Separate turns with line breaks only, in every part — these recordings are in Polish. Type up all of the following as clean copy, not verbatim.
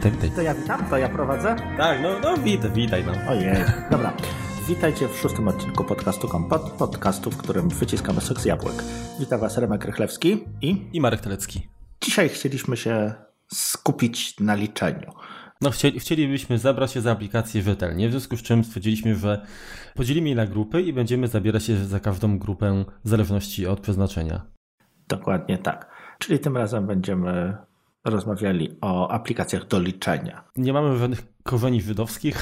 Witaj.
To ja witam? To ja prowadzę?
Tak, no witaj. No.
Ojej, dobra. Witajcie w 6. odcinku podcastu Kompot, podcastu, w którym wyciskamy sok z jabłek. Witam Was Remek Rychlewski
i Marek Telecki.
Dzisiaj chcieliśmy się skupić na liczeniu.
No, chcielibyśmy zabrać się za aplikację rzetelnie, w związku z czym stwierdziliśmy, że podzielimy je na grupy i będziemy zabierać się za każdą grupę w zależności od przeznaczenia.
Dokładnie tak. Czyli tym razem będziemy rozmawiali o aplikacjach do liczenia.
Nie mamy żadnych korzeni żydowskich.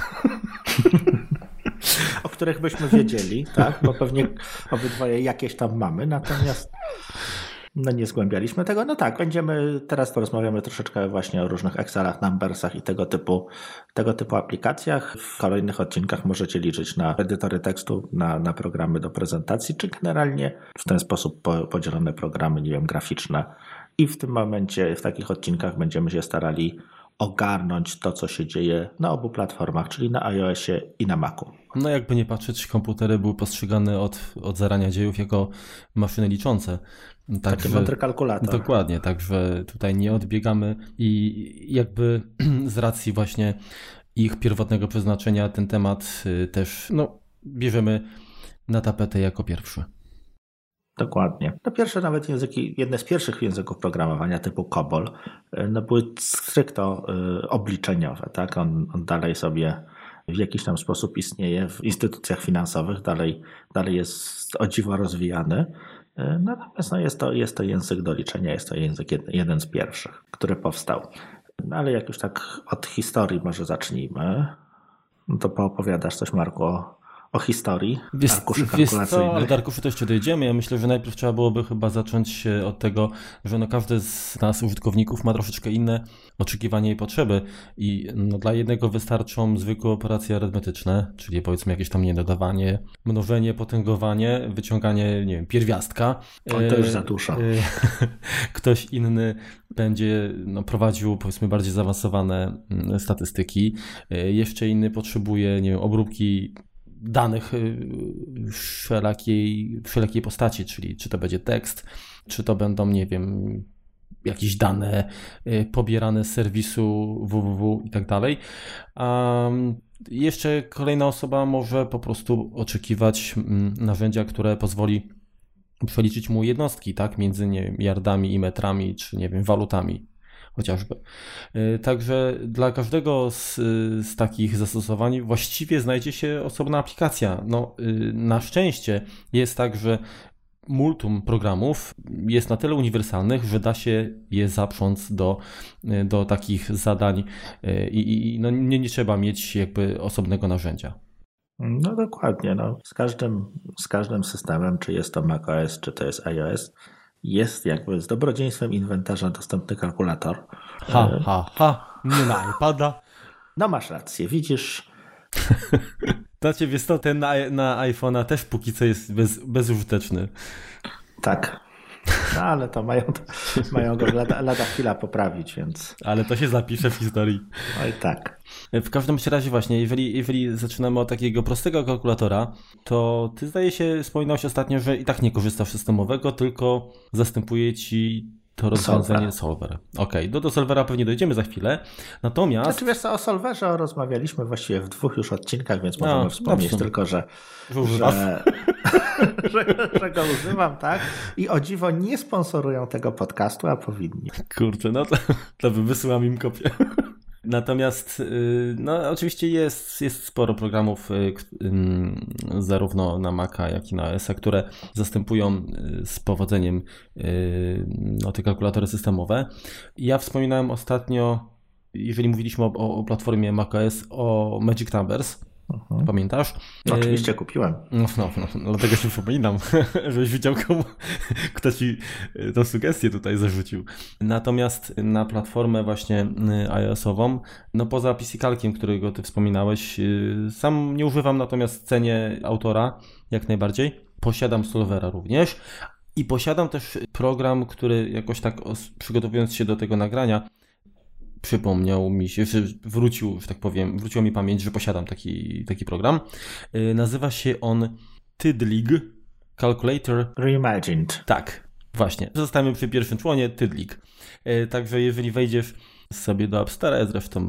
O których byśmy wiedzieli, tak? Bo pewnie obydwoje jakieś tam mamy, natomiast nie zgłębialiśmy tego. No tak, teraz porozmawiamy troszeczkę właśnie o różnych Excelach, Numbersach i tego typu aplikacjach. W kolejnych odcinkach możecie liczyć na edytory tekstu, na programy do prezentacji, czy generalnie w ten sposób podzielone programy, graficzne. I w tym momencie, w takich odcinkach będziemy się starali ogarnąć to, co się dzieje na obu platformach, czyli na iOSie i na Macu.
No jakby nie patrzeć, komputery były postrzegane od zarania dziejów jako maszyny liczące.
Taki mądry kalkulator.
Dokładnie, także tutaj nie odbiegamy i jakby z racji właśnie ich pierwotnego przeznaczenia ten temat też bierzemy na tapetę jako pierwszy.
Dokładnie. Pierwsze nawet jedne z pierwszych języków programowania typu COBOL były stricto obliczeniowe. Tak? On dalej sobie w jakiś tam sposób istnieje w instytucjach finansowych, dalej jest o dziwo rozwijany. Natomiast jest to język do liczenia, jest to język jeden z pierwszych, który powstał. Ale jak już tak od historii może zacznijmy, to poopowiadasz coś, Marku, o historii arkuszy kalkulacyjnych.
Ale do arkuszy to jeszcze dojdziemy. Ja myślę, że najpierw trzeba byłoby chyba zacząć od tego, że każdy z nas użytkowników ma troszeczkę inne oczekiwania i potrzeby i dla jednego wystarczą zwykłe operacje arytmetyczne, czyli powiedzmy jakieś tam dodawanie, mnożenie, potęgowanie, wyciąganie, pierwiastka.
To już za dużo.
Ktoś inny będzie prowadził powiedzmy bardziej zaawansowane statystyki. Jeszcze inny potrzebuje, obróbki danych wszelakiej postaci, czyli czy to będzie tekst, czy to będą, jakieś dane pobierane z serwisu www i tak dalej. A jeszcze kolejna osoba może po prostu oczekiwać narzędzia, które pozwoli przeliczyć mu jednostki, tak, między yardami i metrami, czy walutami chociażby. Także dla każdego z takich zastosowań właściwie znajdzie się osobna aplikacja. Na szczęście jest tak, że multum programów jest na tyle uniwersalnych, że da się je zaprząc do takich zadań i nie trzeba mieć jakby osobnego narzędzia.
No dokładnie. Z każdym systemem, czy jest to macOS, czy to jest iOS, jest jakby z dobrodziejstwem inwentarza dostępny kalkulator.
Nie na iPada.
No masz rację, widzisz.
Dla ciebie ten na iPhone'a też póki co jest bezużyteczny.
Tak. Ale to mają go lada chwila poprawić, więc...
Ale to się zapisze w historii.
Oj tak.
W każdym razie właśnie, jeżeli zaczynamy od takiego prostego kalkulatora, to ty zdaje się wspominałeś ostatnio, że i tak nie korzystasz z systemowego, tylko zastępuje ci to rozwiązanie Solver. Okej, do Solvera pewnie dojdziemy za chwilę. Natomiast...
Wiesz co, o Solverze rozmawialiśmy właściwie w 2 już odcinkach, więc możemy wspomnieć tylko, że go używam, tak? I o dziwo nie sponsorują tego podcastu, a powinni.
Kurczę, to wysyłam im kopię. Natomiast oczywiście jest sporo programów zarówno na Maca, jak i na OS-a, które zastępują z powodzeniem te kalkulatory systemowe. Ja wspominałem ostatnio, jeżeli mówiliśmy o platformie macOS, o Magic Numbers. Pamiętasz?
Oczywiście kupiłem.
Dlatego się przypominam, żebyś widział, kto ci tą sugestię tutaj zarzucił. Natomiast na platformę właśnie iOS-ową, poza PC Calciem, którego ty wspominałeś, sam nie używam, natomiast cenię autora jak najbardziej. Posiadam Solvera również i posiadam też program, który jakoś tak przygotowując się do tego nagrania, przypomniał mi się, wróciła mi pamięć, że posiadam taki program. Nazywa się on Tydlig Calculator
Reimagined.
Tak, właśnie. Zostajemy przy pierwszym członie, Tydlig. Także jeżeli wejdziesz sobie do App Store'a. Ja zresztą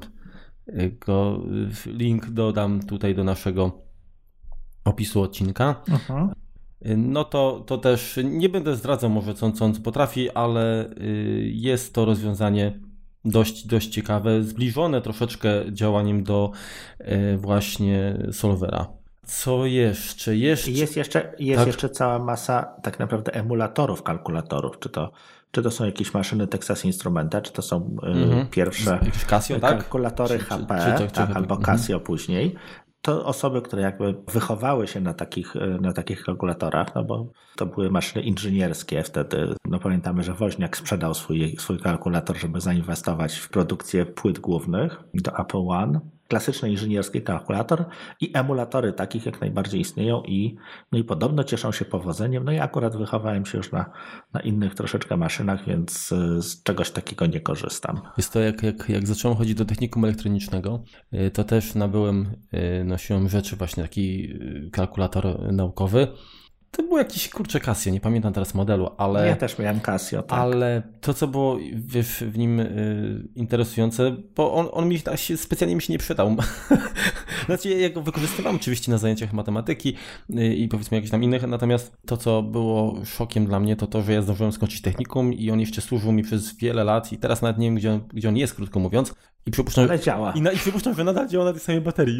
link dodam tutaj do naszego opisu odcinka. No to też nie będę zdradzał może co on potrafi, ale jest to rozwiązanie dość ciekawe, zbliżone troszeczkę działaniem do właśnie Solvera. Co jeszcze?
Jest jeszcze cała masa tak naprawdę emulatorów kalkulatorów. Czy to są jakieś maszyny Texas Instrumenta, czy to są pierwsze
Casio,
kalkulatory HP, albo Casio później. To osoby, które jakby wychowały się na takich kalkulatorach, no bo to były maszyny inżynierskie wtedy. No pamiętamy, że Woźniak sprzedał swój kalkulator, żeby zainwestować w produkcję płyt głównych do Apple One. Klasyczny inżynierski kalkulator i emulatory takich jak najbardziej istnieją no i podobno cieszą się powodzeniem. No i akurat wychowałem się już na innych troszeczkę maszynach, więc z czegoś takiego nie korzystam.
Jest to jak zacząłem chodzić do technikum elektronicznego, to też nosiłem rzeczy właśnie taki kalkulator naukowy. To był jakiś Casio, nie pamiętam teraz modelu, ale...
Ja też miałem Casio, tak.
Ale to, co było w nim interesujące, bo on mi specjalnie mi się nie przydał. Znaczy, ja go wykorzystywałem oczywiście na zajęciach matematyki i powiedzmy jakichś tam innych, natomiast to, co było szokiem dla mnie, to, że ja zdążyłem skończyć technikum i on jeszcze służył mi przez wiele lat i teraz nawet nie wiem, gdzie on jest, krótko mówiąc. I przypuszczam,
ale działa.
I przypuszczam, że nadal działa na tej samej baterii.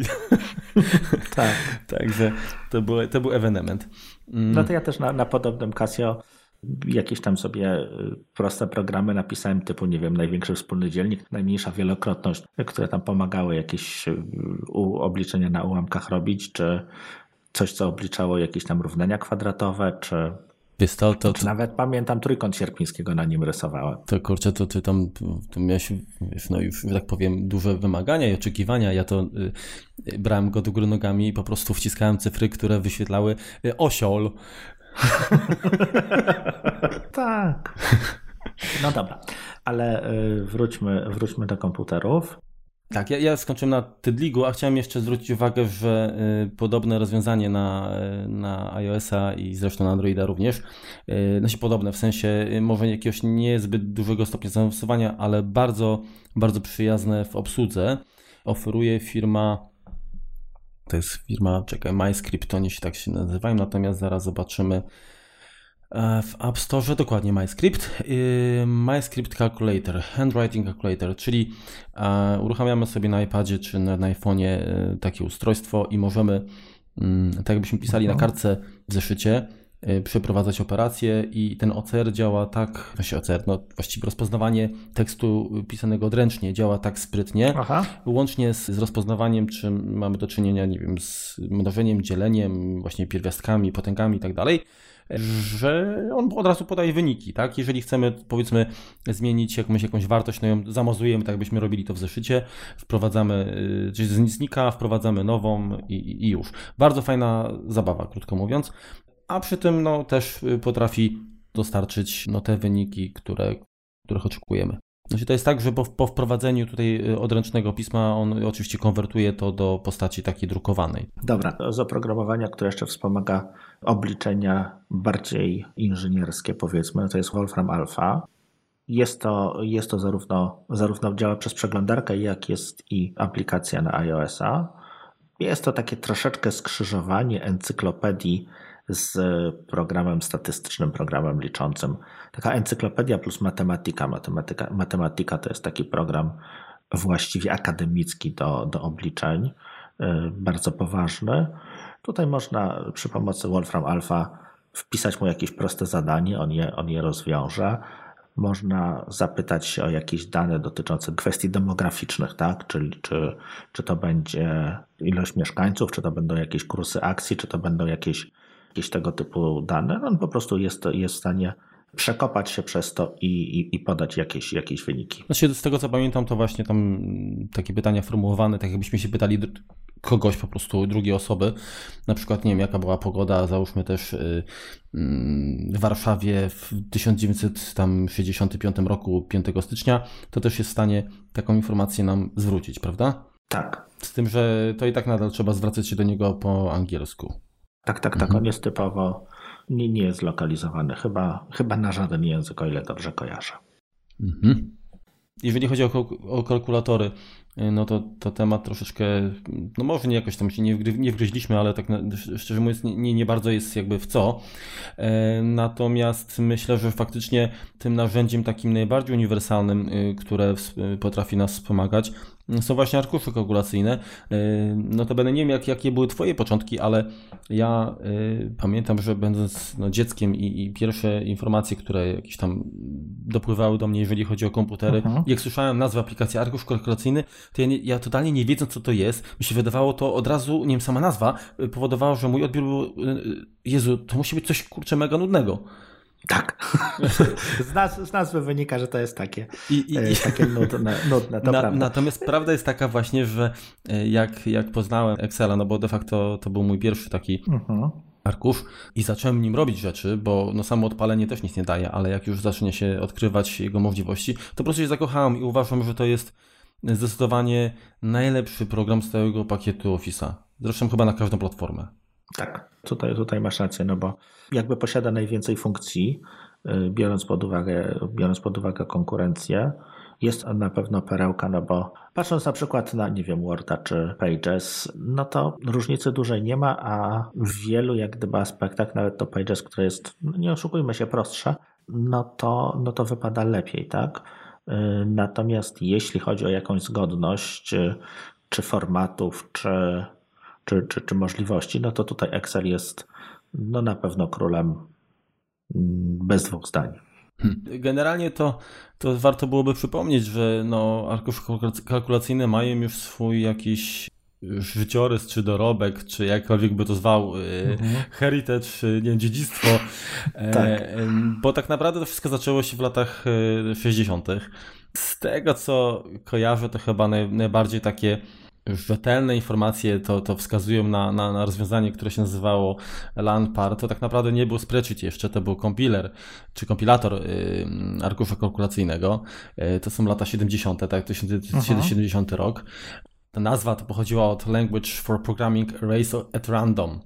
Tak.
Także to był ewenement.
No to ja też na podobnym Casio jakieś tam sobie proste programy napisałem typu, nie wiem, największy wspólny dzielnik, najmniejsza wielokrotność, które tam pomagały jakieś obliczenia na ułamkach robić, czy coś, co obliczało jakieś tam równania kwadratowe, czy nawet pamiętam trójkąt Sierpińskiego na nim rysowałem.
To kurczę, to ty tam miałeś, no już tak powiem, duże wymagania i oczekiwania. Ja to brałem go do góry nogami i po prostu wciskałem cyfry, które wyświetlały osioł.
Tak. No dobra, ale wróćmy do komputerów.
Tak, ja skończyłem na Tydligu, a chciałem jeszcze zwrócić uwagę, że podobne rozwiązanie na iOS-a i zresztą na Androida również, znaczy podobne, w sensie może jakiegoś niezbyt dużego stopnia zaawansowania, ale bardzo, bardzo przyjazne w obsłudze, oferuje firma, MyScript, oni się tak się nazywają, natomiast zaraz zobaczymy w App Store, dokładnie MyScript Calculator, Handwriting Calculator, czyli uruchamiamy sobie na iPadzie czy na iPhone'ie takie ustrojstwo i możemy, tak jakbyśmy pisali na kartce w zeszycie, przeprowadzać operacje i ten OCR działa tak, właściwie rozpoznawanie tekstu pisanego odręcznie działa tak sprytnie, łącznie z rozpoznawaniem, czy mamy do czynienia, nie wiem, z mnożeniem, dzieleniem, właśnie pierwiastkami, potęgami i tak dalej, że on od razu podaje wyniki, tak? Jeżeli chcemy, powiedzmy, zmienić jakąś wartość, no ją zamazujemy, tak jakbyśmy robili to w zeszycie, wprowadzamy, czyli znika, wprowadzamy nową i już. Bardzo fajna zabawa, krótko mówiąc, a przy tym też potrafi dostarczyć te wyniki, których oczekujemy. Znaczy to jest tak, że po wprowadzeniu tutaj odręcznego pisma on oczywiście konwertuje to do postaci takiej drukowanej.
Dobra, z oprogramowania, które jeszcze wspomaga obliczenia bardziej inżynierskie, powiedzmy, to jest Wolfram Alpha. Jest to zarówno działa przez przeglądarkę, jak jest i aplikacja na iOS-a. Jest to takie troszeczkę skrzyżowanie encyklopedii z programem statystycznym, programem liczącym. Taka encyklopedia plus matematyka. Matematyka to jest taki program właściwie akademicki do obliczeń, bardzo poważny. Tutaj można przy pomocy Wolfram Alpha wpisać mu jakieś proste zadanie, on je rozwiąże. Można zapytać się o jakieś dane dotyczące kwestii demograficznych, tak? Czyli czy to będzie ilość mieszkańców, czy to będą jakieś kursy akcji, czy to będą jakieś tego typu dane. On po prostu jest w stanie przekopać się przez to i podać jakieś wyniki.
Znaczy, z tego co pamiętam, to właśnie tam takie pytania formułowane, tak jakbyśmy się pytali kogoś po prostu, drugiej osoby, na przykład nie wiem jaka była pogoda, załóżmy też w Warszawie w 1965 roku 5 stycznia, to też jest w stanie taką informację nam zwrócić, prawda?
Tak.
Z tym, że to i tak nadal trzeba zwracać się do niego po angielsku.
Tak, on jest typowo, nie jest zlokalizowany, chyba na żaden język, o ile dobrze kojarzę.
jeżeli chodzi o kalkulatory, no to temat troszeczkę, no może nie jakoś tam się nie wgryźliśmy, ale tak szczerze mówiąc nie bardzo jest jakby w co. Natomiast myślę, że faktycznie tym narzędziem takim najbardziej uniwersalnym, które potrafi nas wspomagać, są właśnie arkusze kalkulacyjne. Notabene nie wiem jakie były twoje początki, ale ja pamiętam, że będąc dzieckiem i pierwsze informacje, które jakieś tam dopływały do mnie, jeżeli chodzi o komputery, jak słyszałem nazwę aplikacji arkusz kalkulacyjny, to ja totalnie nie wiedząc co to jest, mi się wydawało to od razu, nie wiem, sama nazwa powodowała, że mój odbiór był, Jezu, to musi być coś kurczę mega nudnego.
Tak. Z nazwy wynika, że to jest takie nudne, to prawda.
Natomiast prawda jest taka właśnie, że jak poznałem Excela, no bo de facto to był mój pierwszy taki arkusz i zacząłem nim robić rzeczy, bo no samo odpalenie też nic nie daje, ale jak już zacznie się odkrywać jego możliwości, to po prostu się zakochałem i uważam, że to jest zdecydowanie najlepszy program z całego pakietu Office'a. Zresztą chyba na każdą platformę.
Tak, tutaj masz rację, no bo jakby posiada najwięcej funkcji, biorąc pod uwagę konkurencję, jest on na pewno perełka, no bo patrząc na przykład na, nie wiem, Worda czy Pages, no to różnicy dużej nie ma, a w wielu jak gdyby aspektach, nawet to Pages, które jest, nie oszukujmy się, prostsze, no to wypada lepiej, tak? Natomiast jeśli chodzi o jakąś zgodność, czy formatów, czy możliwości, no to tutaj Excel jest no na pewno królem bez dwóch zdań.
Generalnie to warto byłoby przypomnieć, że no arkusze kalkulacyjne mają już swój jakiś życiorys, czy dorobek, czy jakkolwiek by to zwał, heritage, nie wiem, dziedzictwo,
tak.
Bo tak naprawdę to wszystko zaczęło się w latach 60. Z tego, co kojarzę, to chyba najbardziej takie rzetelne informacje to wskazują na rozwiązanie, które się nazywało LANPAR. To tak naprawdę nie był spreadsheet jeszcze, to był kompiler, czy kompilator arkusza kalkulacyjnego. To są lata 70., tak, 1970 rok. Ta nazwa to pochodziła od Language for Programming Arrays at Random.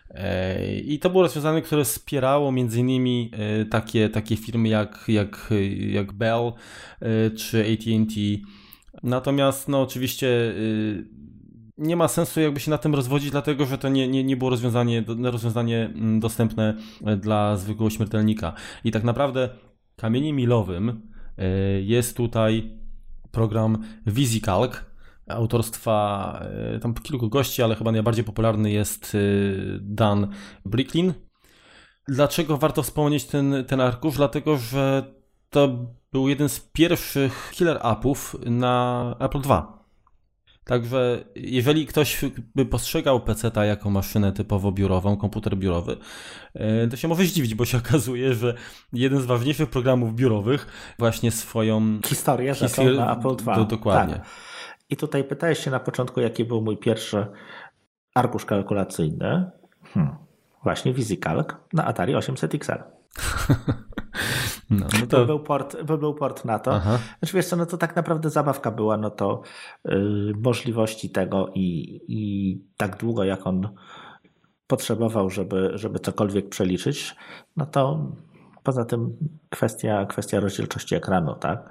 I to było rozwiązanie, które wspierało między innymi takie firmy jak Bell czy AT&T. Natomiast no oczywiście nie ma sensu jakby się na tym rozwodzić, dlatego że to nie było rozwiązanie dostępne dla zwykłego śmiertelnika. I tak naprawdę kamieniem milowym jest tutaj program VisiCalc autorstwa tam kilku gości, ale chyba najbardziej popularny jest Dan Bricklin. Dlaczego warto wspomnieć ten arkusz? Dlatego, że to był jeden z pierwszych killer appów na Apple II. Także jeżeli ktoś by postrzegał PC-ta jako maszynę typowo biurową, komputer biurowy, to się może zdziwić, bo się okazuje, że jeden z ważniejszych programów biurowych właśnie swoją
historię na Apple II.
Dokładnie.
Tak. I tutaj pytałeś się na początku, jaki był mój pierwszy arkusz kalkulacyjny. Właśnie VisiCalc na Atari 800 XL. No to był port na to. Znaczy, wiesz co, no to tak naprawdę zabawka była, no to możliwości tego i tak długo jak on potrzebował, żeby cokolwiek przeliczyć, no to poza tym kwestia rozdzielczości ekranu, tak?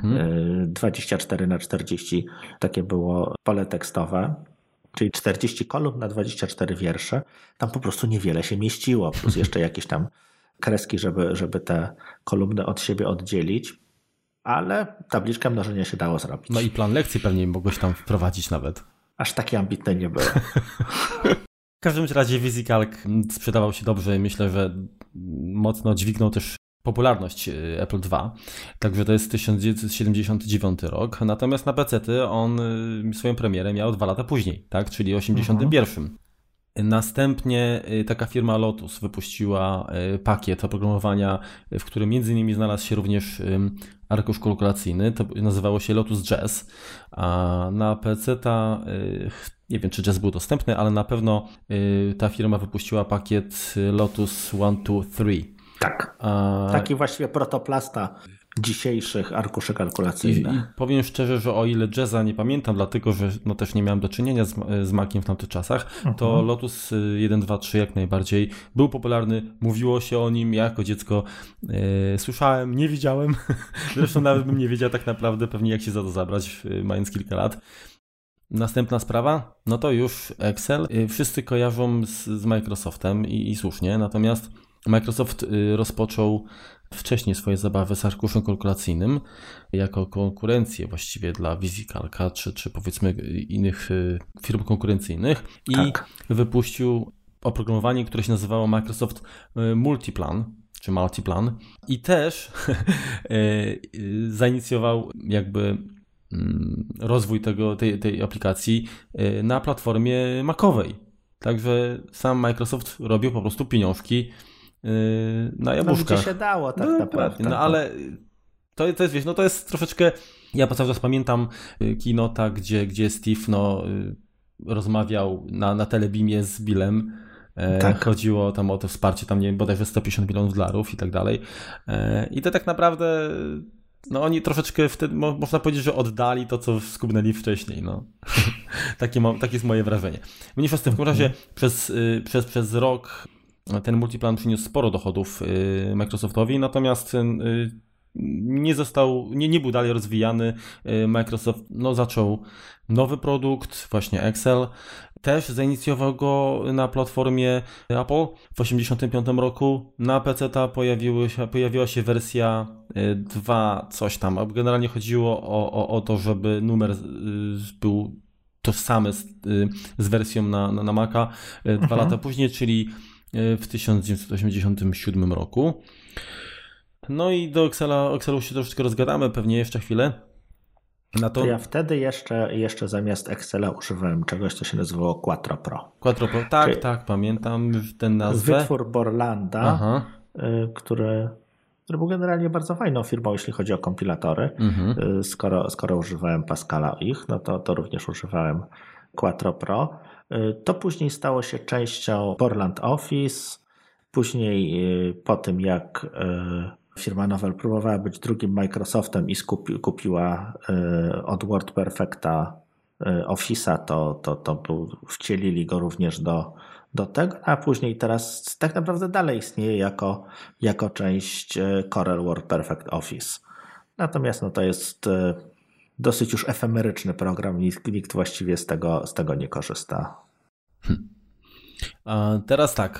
24x40 takie było pole tekstowe, czyli 40 kolumn na 24 wiersze. Tam po prostu niewiele się mieściło, plus jeszcze jakieś tam kreski, żeby te kolumny od siebie oddzielić, ale tabliczkę mnożenia się dało zrobić.
No i plan lekcji pewnie mogłeś tam wprowadzić nawet.
Aż takie ambitne nie było.
W każdym razie VisiCalc sprzedawał się dobrze i myślę, że mocno dźwignął też popularność Apple II. Także to jest 1979 rok. Natomiast na PC-ty on swoją premierę miał 2 lata później, tak? Czyli w 1981. Następnie taka firma Lotus wypuściła pakiet oprogramowania, w którym między innymi znalazł się również arkusz kalkulacyjny. To nazywało się Lotus Jazz. A na PC-ta nie wiem, czy Jazz był dostępny, ale na pewno ta firma wypuściła pakiet Lotus 1, 2, 3.
Tak. Taki właściwie protoplasta dzisiejszych arkuszy kalkulacyjnych.
I powiem szczerze, że o ile Jazza nie pamiętam, dlatego że też nie miałem do czynienia z Maciem w tamtych czasach, to Lotus 1, 2, 3 jak najbardziej był popularny, mówiło się o nim, ja jako dziecko słyszałem, nie widziałem, zresztą nawet bym nie wiedział tak naprawdę pewnie jak się za to zabrać, mając kilka lat. Następna sprawa, no to już Excel. Wszyscy kojarzą z Microsoftem i słusznie, natomiast Microsoft rozpoczął wcześniej swoje zabawy z arkuszem kalkulacyjnym jako konkurencję właściwie dla VisiCalca czy powiedzmy innych firm konkurencyjnych i wypuścił oprogramowanie, które się nazywało Microsoft Multiplan czy Multiplan i też zainicjował jakby rozwój tej aplikacji na platformie Macowej. Także sam Microsoft robił po prostu pieniążki na jabłuszkach.
No, gdzie się dało tak naprawdę.
No ale to jest, wiesz, no to jest troszeczkę, ja cały czas pamiętam keynote'a, gdzie Steve rozmawiał na Telebimie z Billem. Chodziło tam o to wsparcie, tam nie wiem, bodajże $150 milionów i tak dalej. I to tak naprawdę oni troszeczkę wtedy, można powiedzieć, że oddali to, co skubnęli wcześniej. No. Takie jest moje wrażenie. Mniejsza z tym, w każdym razie przez rok ten Multiplan przyniósł sporo dochodów Microsoftowi, natomiast nie był dalej rozwijany. Microsoft zaczął nowy produkt, właśnie Excel. Też zainicjował go na platformie Apple w 1985 roku. Na PC-ta pojawiła się wersja 2 coś tam. Generalnie chodziło o to, żeby numer był tożsamy z wersją na Maca 2 lata później, czyli w 1987 roku. No i do Excelu się troszeczkę rozgadamy, pewnie jeszcze chwilę.
To ja wtedy jeszcze zamiast Excela używałem czegoś, co się nazywało Quattro Pro.
Quattro Pro, tak, pamiętam ten nazwę.
Wytwór Borlanda, który był generalnie bardzo fajną firmą, jeśli chodzi o kompilatory. Skoro używałem Pascala ich, no to również używałem Quattro Pro. To później stało się częścią Borland Office. Później po tym, jak firma Novell próbowała być drugim Microsoftem i kupiła od WordPerfecta Office'a, to wcielili go również do tego, a później teraz tak naprawdę dalej istnieje jako część Corel WordPerfect Office. Natomiast to jest dosyć już efemeryczny program, nikt właściwie z tego nie korzysta.
A teraz tak,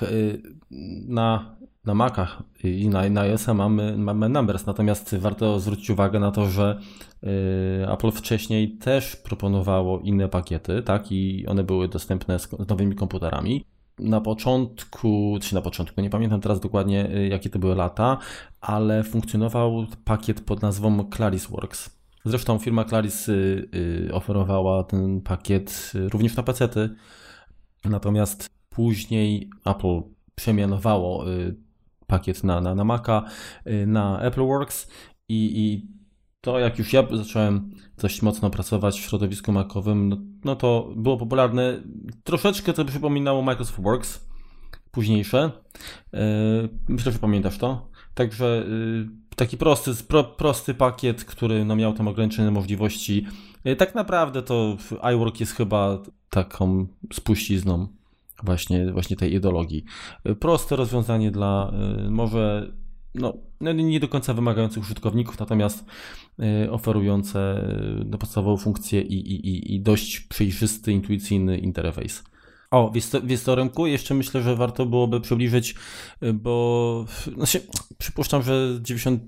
na Macach i na iOS-a mamy Numbers, natomiast warto zwrócić uwagę na to, że Apple wcześniej też proponowało inne pakiety, tak, i one były dostępne z nowymi komputerami. Na początku, nie pamiętam teraz dokładnie jakie to były lata, ale funkcjonował pakiet pod nazwą ClarisWorks. Zresztą firma Claris oferowała ten pakiet również na PC-ty, natomiast później Apple przemianowało pakiet na Maca, na AppleWorks i to jak już ja zacząłem dość mocno pracować w środowisku macowym, no to było popularne. Troszeczkę to przypominało Microsoft Works późniejsze. Myślę, że pamiętasz to. Także taki prosty pakiet, który miał tam ograniczone możliwości. Tak naprawdę to iWork jest chyba taką spuścizną właśnie tej ideologii. Proste rozwiązanie dla może nie do końca wymagających użytkowników, natomiast oferujące podstawową funkcję i dość przejrzysty, intuicyjny interfejs. Wiesz co, Remku, jeszcze myślę, że warto byłoby przybliżyć, bo przypuszczam, że 90%,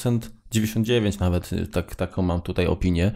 99% nawet, taką mam tutaj opinię,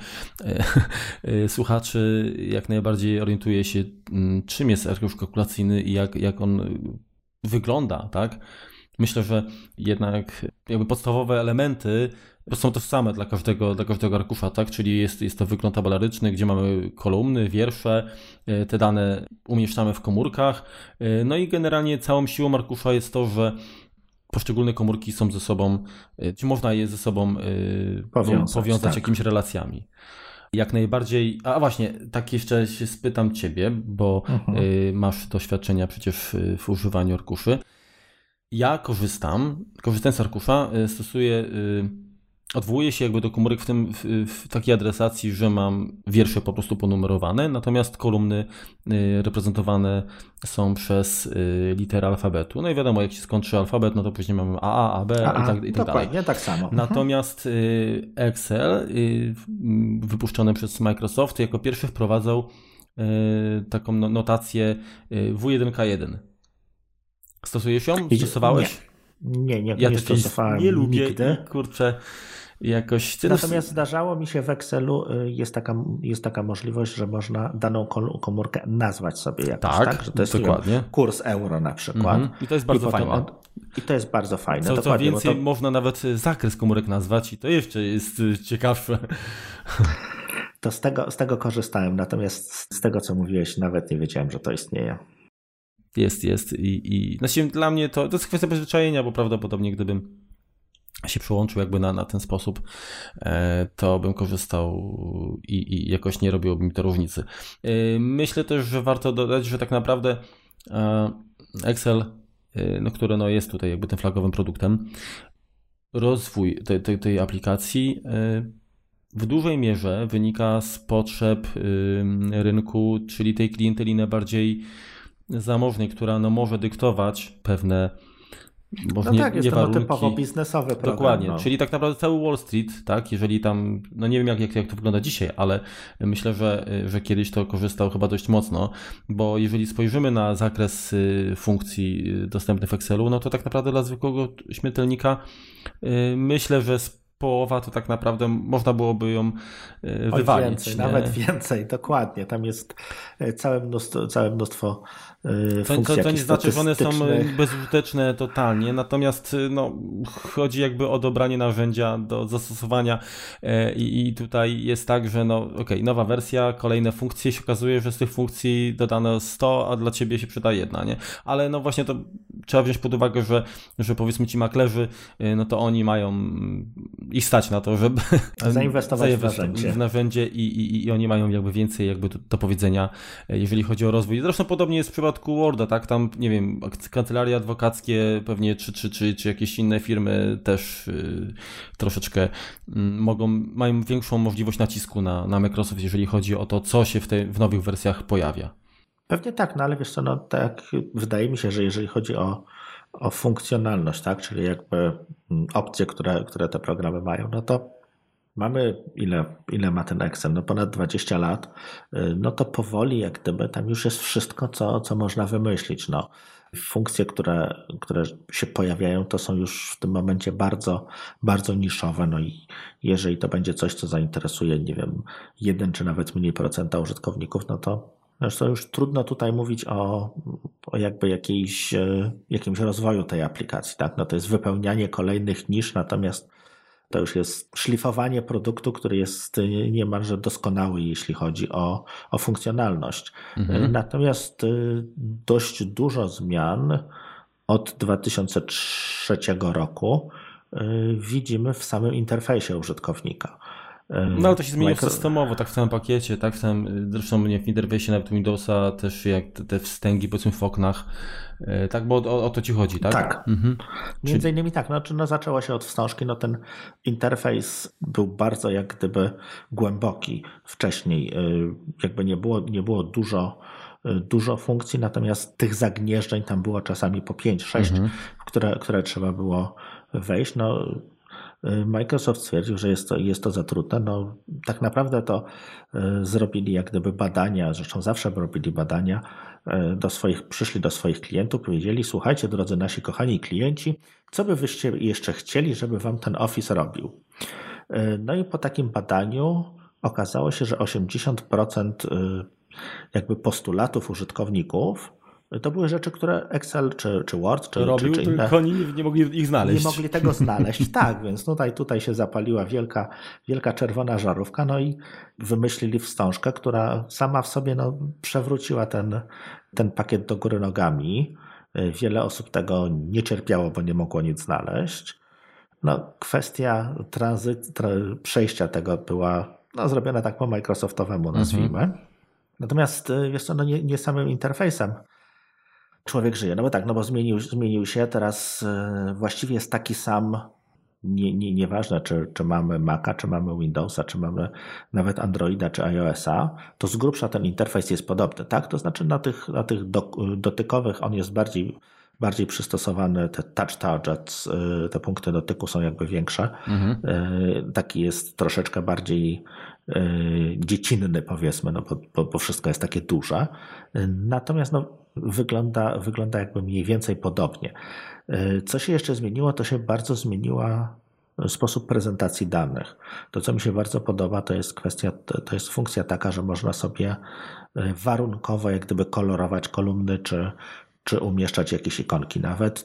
słuchaczy jak najbardziej orientuje się, czym jest arkusz kalkulacyjny i jak on wygląda, tak? Myślę, że jednak jakby podstawowe elementy są tożsame dla każdego arkusza, tak? Czyli jest to wygląd tabelaryczny, gdzie mamy kolumny, wiersze, te dane umieszczamy w komórkach. No i generalnie całą siłą arkusza jest to, że poszczególne komórki są ze sobą, czy można je ze sobą powiązać tak, jakimiś relacjami. Jak najbardziej, a właśnie, tak jeszcze się spytam Ciebie, bo masz doświadczenia przecież w używaniu arkuszy. Ja korzystając z arkusza, stosuję odwołuję się jakby do komórek w takiej adresacji, że mam wiersze po prostu ponumerowane, natomiast kolumny reprezentowane są przez litery alfabetu. No i wiadomo, jak się skończy alfabet, no to później mamy AA, AB i tak dalej.
Dokładnie, tak samo.
Natomiast Excel wypuszczony przez Microsoft jako pierwszy wprowadzał taką notację W1K1. Stosujesz ją? Stosowałeś?
Nie stosowałem
nie lubię
nigdy.
Kurczę, jakoś...
Natomiast zdarzało mi się w Excelu, jest taka możliwość, że można daną komórkę nazwać sobie jakoś, tak? Że to jest
dokładnie.
Kurs euro na przykład.
I to jest bardzo fajne.
I to jest bardzo fajne.
Co więcej, można nawet zakres komórek nazwać i to jeszcze jest ciekawsze.
To z tego korzystałem, natomiast z tego, co mówiłeś, nawet nie wiedziałem, że to istnieje.
Jest. Znaczy, dla mnie to jest kwestia przyzwyczajenia, bo prawdopodobnie gdybym się przełączył jakby na ten sposób, to bym korzystał i jakoś nie robiłoby mi to różnicy. Myślę też, że warto dodać, że tak naprawdę Excel, który jest tutaj jakby tym flagowym produktem, rozwój tej aplikacji w dużej mierze wynika z potrzeb rynku, czyli tej klienteli najbardziej zamożnej, która może dyktować pewne
jest to typowo biznesowy program.
Dokładnie, czyli tak naprawdę cały Wall Street, tak, jeżeli tam, nie wiem jak to wygląda dzisiaj, ale myślę, że kiedyś to korzystał chyba dość mocno, bo jeżeli spojrzymy na zakres funkcji dostępnych w Excelu, no to tak naprawdę dla zwykłego śmiertelnika myślę, że połowa to tak naprawdę można byłoby ją wywalić.
Nawet więcej, dokładnie. Tam jest całe mnóstwo funkcji. To
nie znaczy, że one są bezużyteczne totalnie, natomiast chodzi jakby o dobranie narzędzia do zastosowania i tutaj jest tak, że nowa wersja, kolejne funkcje, się okazuje, że z tych funkcji dodano 100, a dla ciebie się przyda jedna, nie? Ale właśnie to trzeba wziąć pod uwagę, że powiedzmy ci maklerzy, to oni mają ich stać na to, żeby
zainwestować w
narzędzie i oni mają jakby więcej jakby do powiedzenia, jeżeli chodzi o rozwój. Zresztą podobnie jest w przypadku Worda, tak? Tam, nie wiem, kancelarie adwokackie pewnie czy jakieś inne firmy też troszeczkę mają większą możliwość nacisku na Microsoft, jeżeli chodzi o to, co się w nowych wersjach pojawia.
Pewnie tak, ale wiesz co, tak wydaje mi się, że jeżeli chodzi o funkcjonalność, tak, czyli jakby opcje, które te programy mają, to mamy ile ma ten Excel, ponad 20 lat, to powoli jak gdyby tam już jest wszystko, co można wymyślić. Funkcje, które się pojawiają, to są już w tym momencie bardzo, bardzo niszowe, i jeżeli to będzie coś, co zainteresuje, nie wiem, 1 czy nawet mniej procenta użytkowników, to już trudno tutaj mówić o jakby jakimś rozwoju tej aplikacji, tak? To jest wypełnianie kolejnych nisz, natomiast to już jest szlifowanie produktu, który jest niemalże doskonały, jeśli chodzi o funkcjonalność. Natomiast dość dużo zmian od 2003 roku widzimy w samym interfejsie użytkownika.
Ale to się zmieniło systemowo, tak w całym pakiecie, tak zresztą w interfejsie nawet Windowsa też jak te wstęgi powiedzmy w oknach, tak, bo o to ci chodzi, tak?
Tak. Między innymi tak, zaczęło się od wstążki, ten interfejs był bardzo jak gdyby głęboki wcześniej, jakby nie było dużo funkcji, natomiast tych zagnieżdżeń tam było czasami po 5-6, w które trzeba było wejść. Microsoft stwierdził, że jest to za trudne. Tak naprawdę to zrobili jak gdyby badania, zresztą zawsze robili badania, przyszli do swoich klientów, powiedzieli: słuchajcie, drodzy nasi kochani klienci, co by wyście jeszcze chcieli, żeby wam ten Office robił? I po takim badaniu okazało się, że 80% jakby postulatów użytkowników to były rzeczy, które Excel, czy Word, czy
robił,
czy inne.
Tylko oni nie mogli ich znaleźć.
Nie mogli tego znaleźć, tak, więc tutaj się zapaliła wielka czerwona żarówka, i wymyślili wstążkę, która sama w sobie przewróciła ten pakiet do góry nogami. Wiele osób tego nie cierpiało, bo nie mogło nic znaleźć. Kwestia przejścia tego była zrobiona tak po Microsoftowemu, nazwijmy. Natomiast wiesz co, nie samym interfejsem człowiek żyje. Bo zmienił się, teraz właściwie jest taki sam nieważne czy mamy Maca, czy mamy Windowsa, czy mamy nawet Androida, czy iOS-a, to z grubsza ten interfejs jest podobny, tak? To znaczy na tych dotykowych on jest bardziej przystosowany, te touch targets, te punkty dotyku są jakby większe. Taki jest troszeczkę bardziej dziecinny, powiedzmy, no bo wszystko jest takie duże. Natomiast no, wygląda jakby mniej więcej podobnie. Co się jeszcze zmieniło, to się bardzo zmieniła sposób prezentacji danych. To, co mi się bardzo podoba, to jest funkcja taka, że można sobie warunkowo jak gdyby kolorować kolumny, czy umieszczać jakieś ikonki nawet,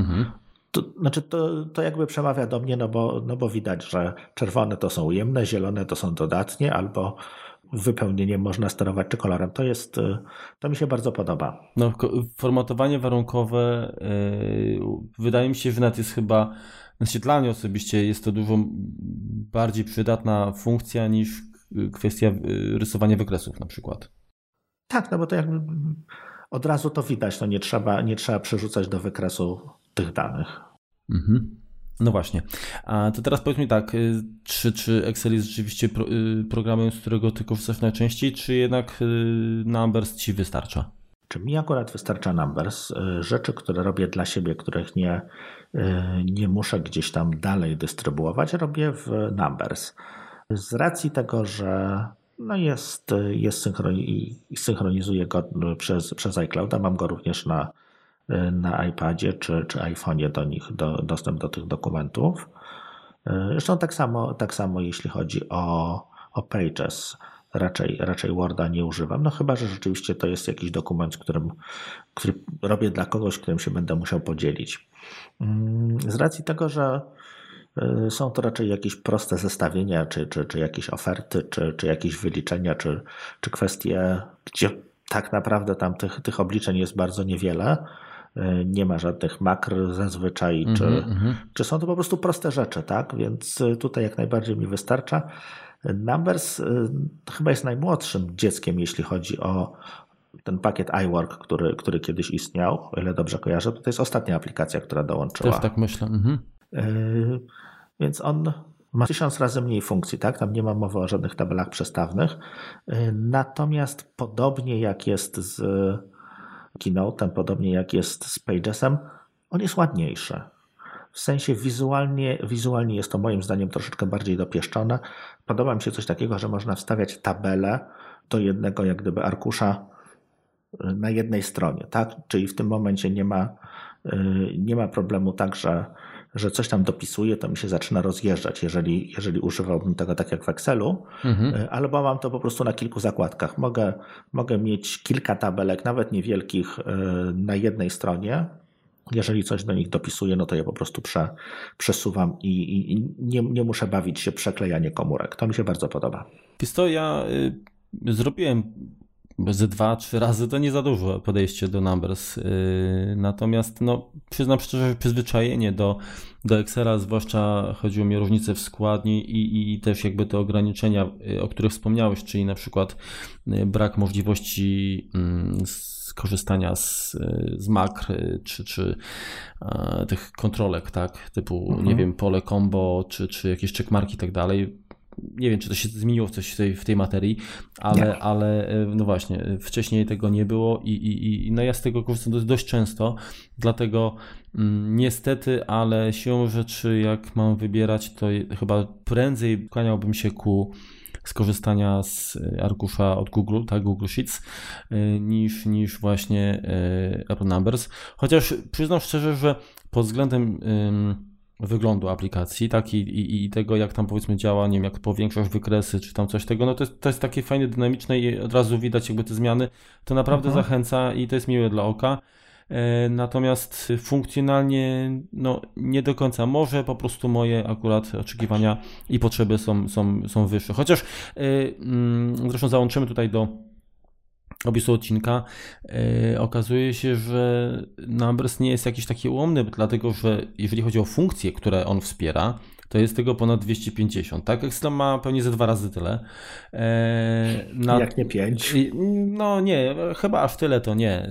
to jakby przemawia do mnie, no bo widać, że czerwone to są ujemne, zielone to są dodatnie, albo wypełnieniem można sterować czy kolorem. To mi się bardzo podoba.
No, formatowanie warunkowe wydaje mi się, że nawet jest chyba, znaczy dla mnie osobiście jest to dużo bardziej przydatna funkcja niż kwestia rysowania wykresów na przykład.
Tak, no bo to jakby od razu to widać, no nie trzeba przerzucać do wykresu tych danych.
No właśnie. A to teraz powiedz mi tak, czy Excel jest rzeczywiście programem, z którego ty korzystasz najczęściej, czy jednak Numbers ci wystarcza?
Czy mi akurat wystarcza Numbers? Rzeczy, które robię dla siebie, których nie muszę gdzieś tam dalej dystrybuować, robię w Numbers. Z racji tego, że no jest synchronizuję go przez iClouda, mam go również na iPadzie czy iPhone'ie dostęp do tych dokumentów. Zresztą tak samo jeśli chodzi o Pages. Raczej Worda nie używam, no chyba że rzeczywiście to jest jakiś dokument, który robię dla kogoś, którym się będę musiał podzielić. Z racji tego, że są to raczej jakieś proste zestawienia, czy jakieś oferty, czy jakieś wyliczenia, czy kwestie, gdzie tak naprawdę tam tych obliczeń jest bardzo niewiele. Nie ma żadnych makr zazwyczaj, czy są to po prostu proste rzeczy, tak? Więc tutaj jak najbardziej mi wystarcza. Numbers chyba jest najmłodszym dzieckiem, jeśli chodzi o ten pakiet iWork, który kiedyś istniał, o ile dobrze kojarzę. To jest ostatnia aplikacja, która dołączyła.
Też tak myślę.
Więc on ma 1000 razy mniej funkcji, tak? Tam nie ma mowy o żadnych tabelach przestawnych. Natomiast podobnie jak jest z Keynote'em, podobnie jak jest z Pagesem, on jest ładniejszy. W sensie wizualnie jest to moim zdaniem troszeczkę bardziej dopieszczone. Podoba mi się coś takiego, że można wstawiać tabelę do jednego jak gdyby arkusza na jednej stronie, tak? Czyli w tym momencie nie ma problemu tak, że coś tam dopisuję, to mi się zaczyna rozjeżdżać, jeżeli używałbym tego tak jak w Excelu, albo mam to po prostu na kilku zakładkach. Mogę mieć kilka tabelek, nawet niewielkich, na jednej stronie. Jeżeli coś do nich dopisuję, no to je po prostu przesuwam i nie muszę bawić się przeklejanie komórek. To mi się bardzo podoba.
Wiesz co, ja zrobiłem ze 2-3 razy, to nie za dużo podejście do Numbers. Natomiast no, przyznam szczerze, że przyzwyczajenie do Excela, zwłaszcza chodziło mi o różnice w składni i też jakby te ograniczenia, o których wspomniałeś, czyli na przykład brak możliwości skorzystania z makr czy tych kontrolek, tak, typu nie wiem, pole combo czy jakieś checkmarki i tak dalej. Nie wiem, czy to się zmieniło coś w tej materii, ale no właśnie, wcześniej tego nie było i no ja z tego korzystam dość często, dlatego niestety, ale siłą rzeczy, jak mam wybierać, to chyba prędzej kłaniałbym się ku skorzystania z arkusza od Google, tak, Google Sheets, niż właśnie Apple Numbers. Chociaż przyznam szczerze, że pod względem wyglądu aplikacji, tak, i tego, jak tam powiedzmy działa, nie wiem, jak powiększasz wykresy, czy tam coś tego, no to jest takie fajne, dynamiczne i od razu widać jakby te zmiany, to naprawdę zachęca i to jest miłe dla oka. Natomiast funkcjonalnie no nie do końca, może po prostu moje akurat oczekiwania i potrzeby są wyższe. Chociaż zresztą załączymy tutaj do opisu odcinka, okazuje się, że Numbers nie jest jakiś taki ułomny, dlatego że jeżeli chodzi o funkcje, które on wspiera, to jest tego ponad 250, tak? Excel ma pewnie ze 2 razy tyle.
Jak nie 5?
No nie, chyba aż tyle to nie.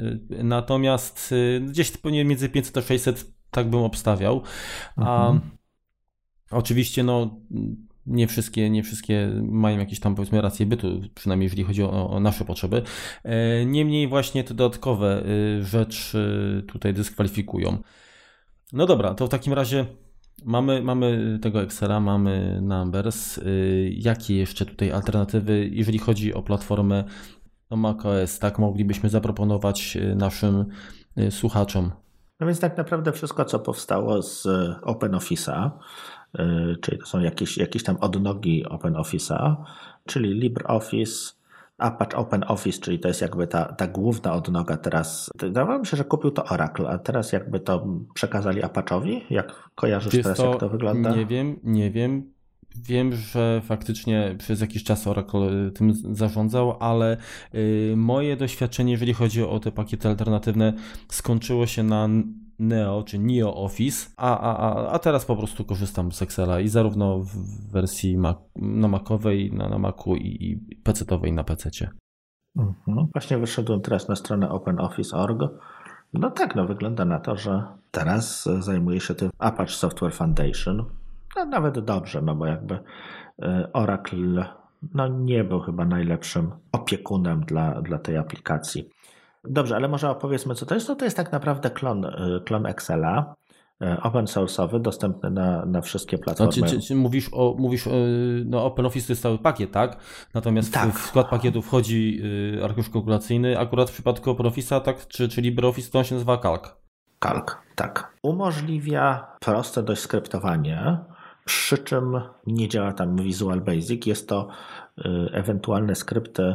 Natomiast gdzieś pewnie między 500 a 600 tak bym obstawiał. Oczywiście nie wszystkie mają jakieś tam, powiedzmy, racje bytu, przynajmniej jeżeli chodzi o nasze potrzeby. Niemniej właśnie te dodatkowe rzeczy tutaj dyskwalifikują. No dobra, to w takim razie mamy tego Excela, mamy Numbers. Jakie jeszcze tutaj alternatywy, jeżeli chodzi o platformę macOS, tak moglibyśmy zaproponować naszym słuchaczom?
No więc tak naprawdę wszystko, co powstało z OpenOffice'a, czyli to są jakieś tam odnogi OpenOffice'a, czyli LibreOffice, Apache OpenOffice, czyli to jest jakby ta główna odnoga teraz. Wydawało mi się, że kupił to Oracle, a teraz jakby to przekazali Apache'owi. Jak kojarzysz teraz, jak to wygląda?
Nie wiem. Wiem, że faktycznie przez jakiś czas Oracle tym zarządzał, ale moje doświadczenie, jeżeli chodzi o te alternatywne, skończyło się na Neo czy Neo Office, a teraz po prostu korzystam z Excela i zarówno w wersji Macowej, na Macu i PC-owej na PC-cie.
Właśnie wyszedłem teraz na stronę OpenOffice.org. No tak, wygląda na to, że teraz zajmuje się tym Apache Software Foundation. No nawet dobrze, bo jakby Oracle nie był chyba najlepszym opiekunem dla tej aplikacji. Dobrze, ale może opowiedzmy, co to jest. To jest tak naprawdę klon Excela, open source'owy, dostępny na wszystkie platformy.
Mówisz OpenOffice to jest cały pakiet, tak? Natomiast
tak.
W skład pakietu wchodzi arkusz kalkulacyjny. Akurat w przypadku OpenOffice'a, tak, czy LibreOffice, to on się nazywa Calc.
Calc, tak. Umożliwia proste dość skryptowanie, przy czym nie działa tam Visual Basic. Jest to ewentualne skrypty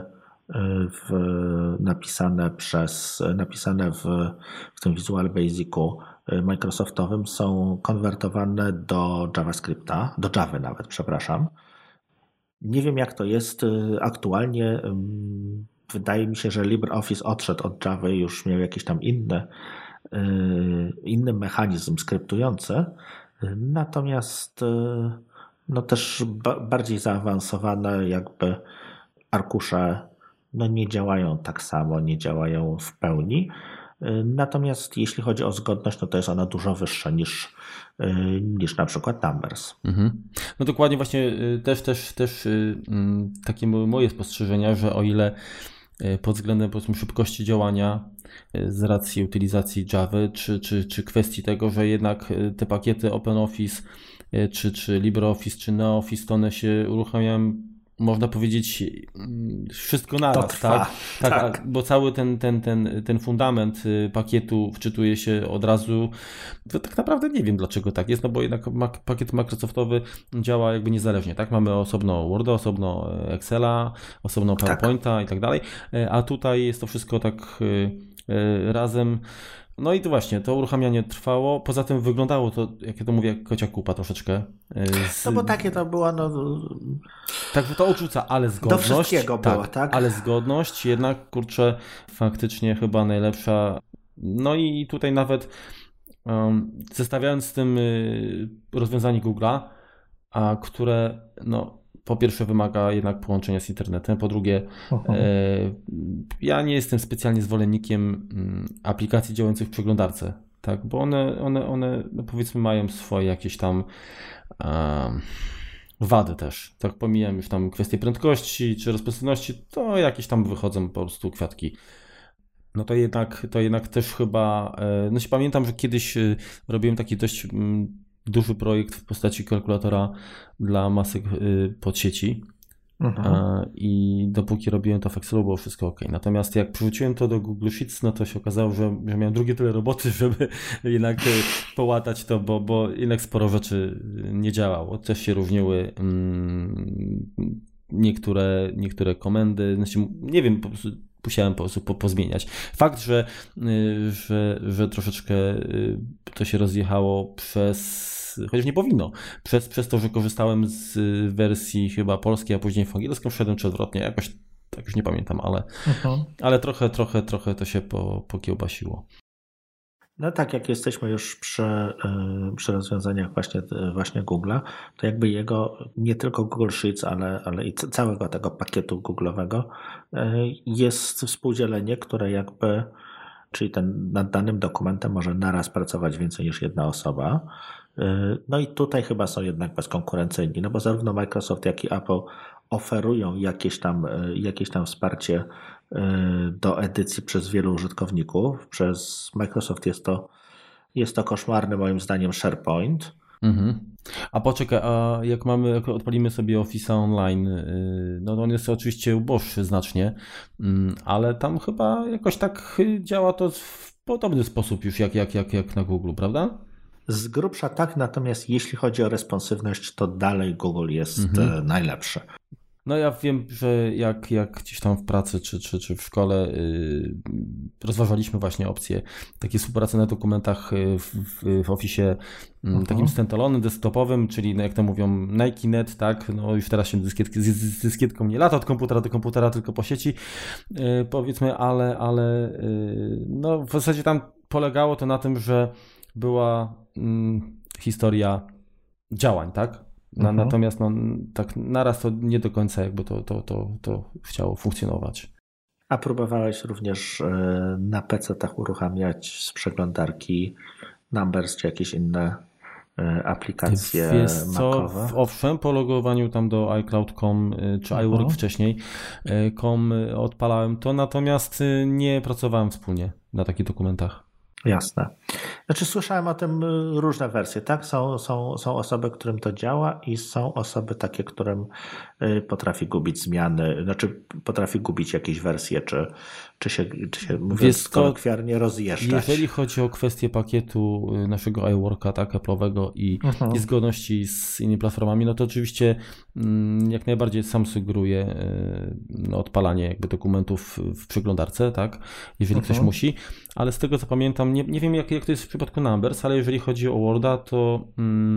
napisane w tym Visual Basicu Microsoftowym są konwertowane do JavaScripta, do Java nawet, przepraszam. Nie wiem, jak to jest aktualnie. Wydaje mi się, że LibreOffice odszedł od Java i już miał jakiś tam inny mechanizm skryptujący. Natomiast też bardziej zaawansowane jakby arkusze nie działają tak samo, nie działają w pełni. Natomiast jeśli chodzi o zgodność, to jest ona dużo wyższa niż na przykład Numbers.
No dokładnie, właśnie też takie były moje spostrzeżenia, że o ile pod względem, powiedzmy, szybkości działania z racji utylizacji Java, czy kwestii tego, że jednak te pakiety OpenOffice, czy LibreOffice, czy NeoOffice, to one się uruchamiają, można powiedzieć, wszystko naraz, tak? Bo cały ten fundament pakietu wczytuje się od razu. To tak naprawdę nie wiem, dlaczego tak jest, bo jednak pakiet Microsoftowy działa jakby niezależnie, tak? Mamy osobno Worda, osobno Excela, osobno PowerPointa i tak dalej, a tutaj jest to wszystko tak razem. No i to właśnie, to uruchamianie trwało. Poza tym wyglądało to, jak ja to mówię, jak kocia kupa troszeczkę.
Bo takie to było,
Tak, to odrzuca, ale zgodność.
Do wszystkiego było, tak?
Ale zgodność jednak, kurczę, faktycznie chyba najlepsza. No i tutaj nawet zestawiając z tym rozwiązanie Google'a, które po pierwsze wymaga jednak połączenia z internetem, po drugie ja nie jestem specjalnie zwolennikiem aplikacji działających w przeglądarce, tak, bo one powiedzmy mają swoje jakieś tam wady też, tak, pomijam już tam kwestie prędkości czy rozpoznawalności, to jakieś tam wychodzą po prostu kwiatki. No to jednak też chyba, się pamiętam, że kiedyś robiłem taki dość duży projekt w postaci kalkulatora dla masek podsieci i dopóki robiłem to w Excelu, było wszystko ok. Natomiast jak przerzuciłem to do Google Sheets, to się okazało, że miałem drugie tyle roboty, żeby jednak połatać to, bo jednak sporo rzeczy nie działało. Też się różniły niektóre komendy, nie wiem, po prostu musiałem po prostu pozmieniać. Fakt, że troszeczkę to się rozjechało chociaż nie powinno, przez to, że korzystałem z wersji chyba polskiej, a później w angielską wszedłem czy odwrotnie, jakoś tak już nie pamiętam, ale trochę to się pokiełbasiło.
No tak, jak jesteśmy już przy rozwiązaniach właśnie Google'a, to jakby jego nie tylko Google Sheets, ale i całego tego pakietu Google'owego jest współdzielenie, które jakby czyli nad danym dokumentem może naraz pracować więcej niż jedna osoba. No i tutaj chyba są jednak bezkonkurencyjni, no bo zarówno Microsoft, jak i Apple oferują jakieś tam wsparcie do edycji przez wielu użytkowników. Przez Microsoft jest to koszmarny moim zdaniem SharePoint.
Mhm. A poczekaj, a jak odpalimy sobie Office'a online, no to on jest oczywiście uboższy znacznie, ale tam chyba jakoś tak działa to w podobny sposób już jak na Google, prawda?
Z grubsza tak, natomiast jeśli chodzi o responsywność, to dalej Google jest najlepszy.
No ja wiem, że jak gdzieś tam w pracy czy w szkole rozważaliśmy właśnie opcję takiej współpracy na dokumentach w Office takim standalonym, desktopowym, czyli no jak to mówią Nike.net, tak, no już teraz się z dyskietką nie lata od komputera do komputera, tylko po sieci powiedzmy, ale no w zasadzie tam polegało to na tym, że była historia działań, tak? Natomiast no, tak naraz to nie do końca jakby to chciało funkcjonować.
A próbowałeś również na PC-tach uruchamiać z przeglądarki Numbers czy jakieś inne aplikacje Macowe?
Owszem, po logowaniu tam do iCloud.com czy iWork wcześniej odpalałem to, natomiast nie pracowałem wspólnie na takich dokumentach.
Jasne. Znaczy słyszałem o tym różne wersje, tak? Są osoby, którym to działa i są osoby takie, którym potrafi gubić zmiany, znaczy potrafi gubić jakieś wersje, czy się mówiąc kolokwialnie rozjeżdżać.
Jeżeli chodzi o kwestię pakietu naszego iWorka, tak, Apple'owego i zgodności z innymi platformami, no to oczywiście jak najbardziej sam sugeruję odpalanie jakby dokumentów w przeglądarce, tak, jeżeli ktoś musi, ale z tego co pamiętam, nie wiem jak to jest w przypadku Numbers, ale jeżeli chodzi o Worda, to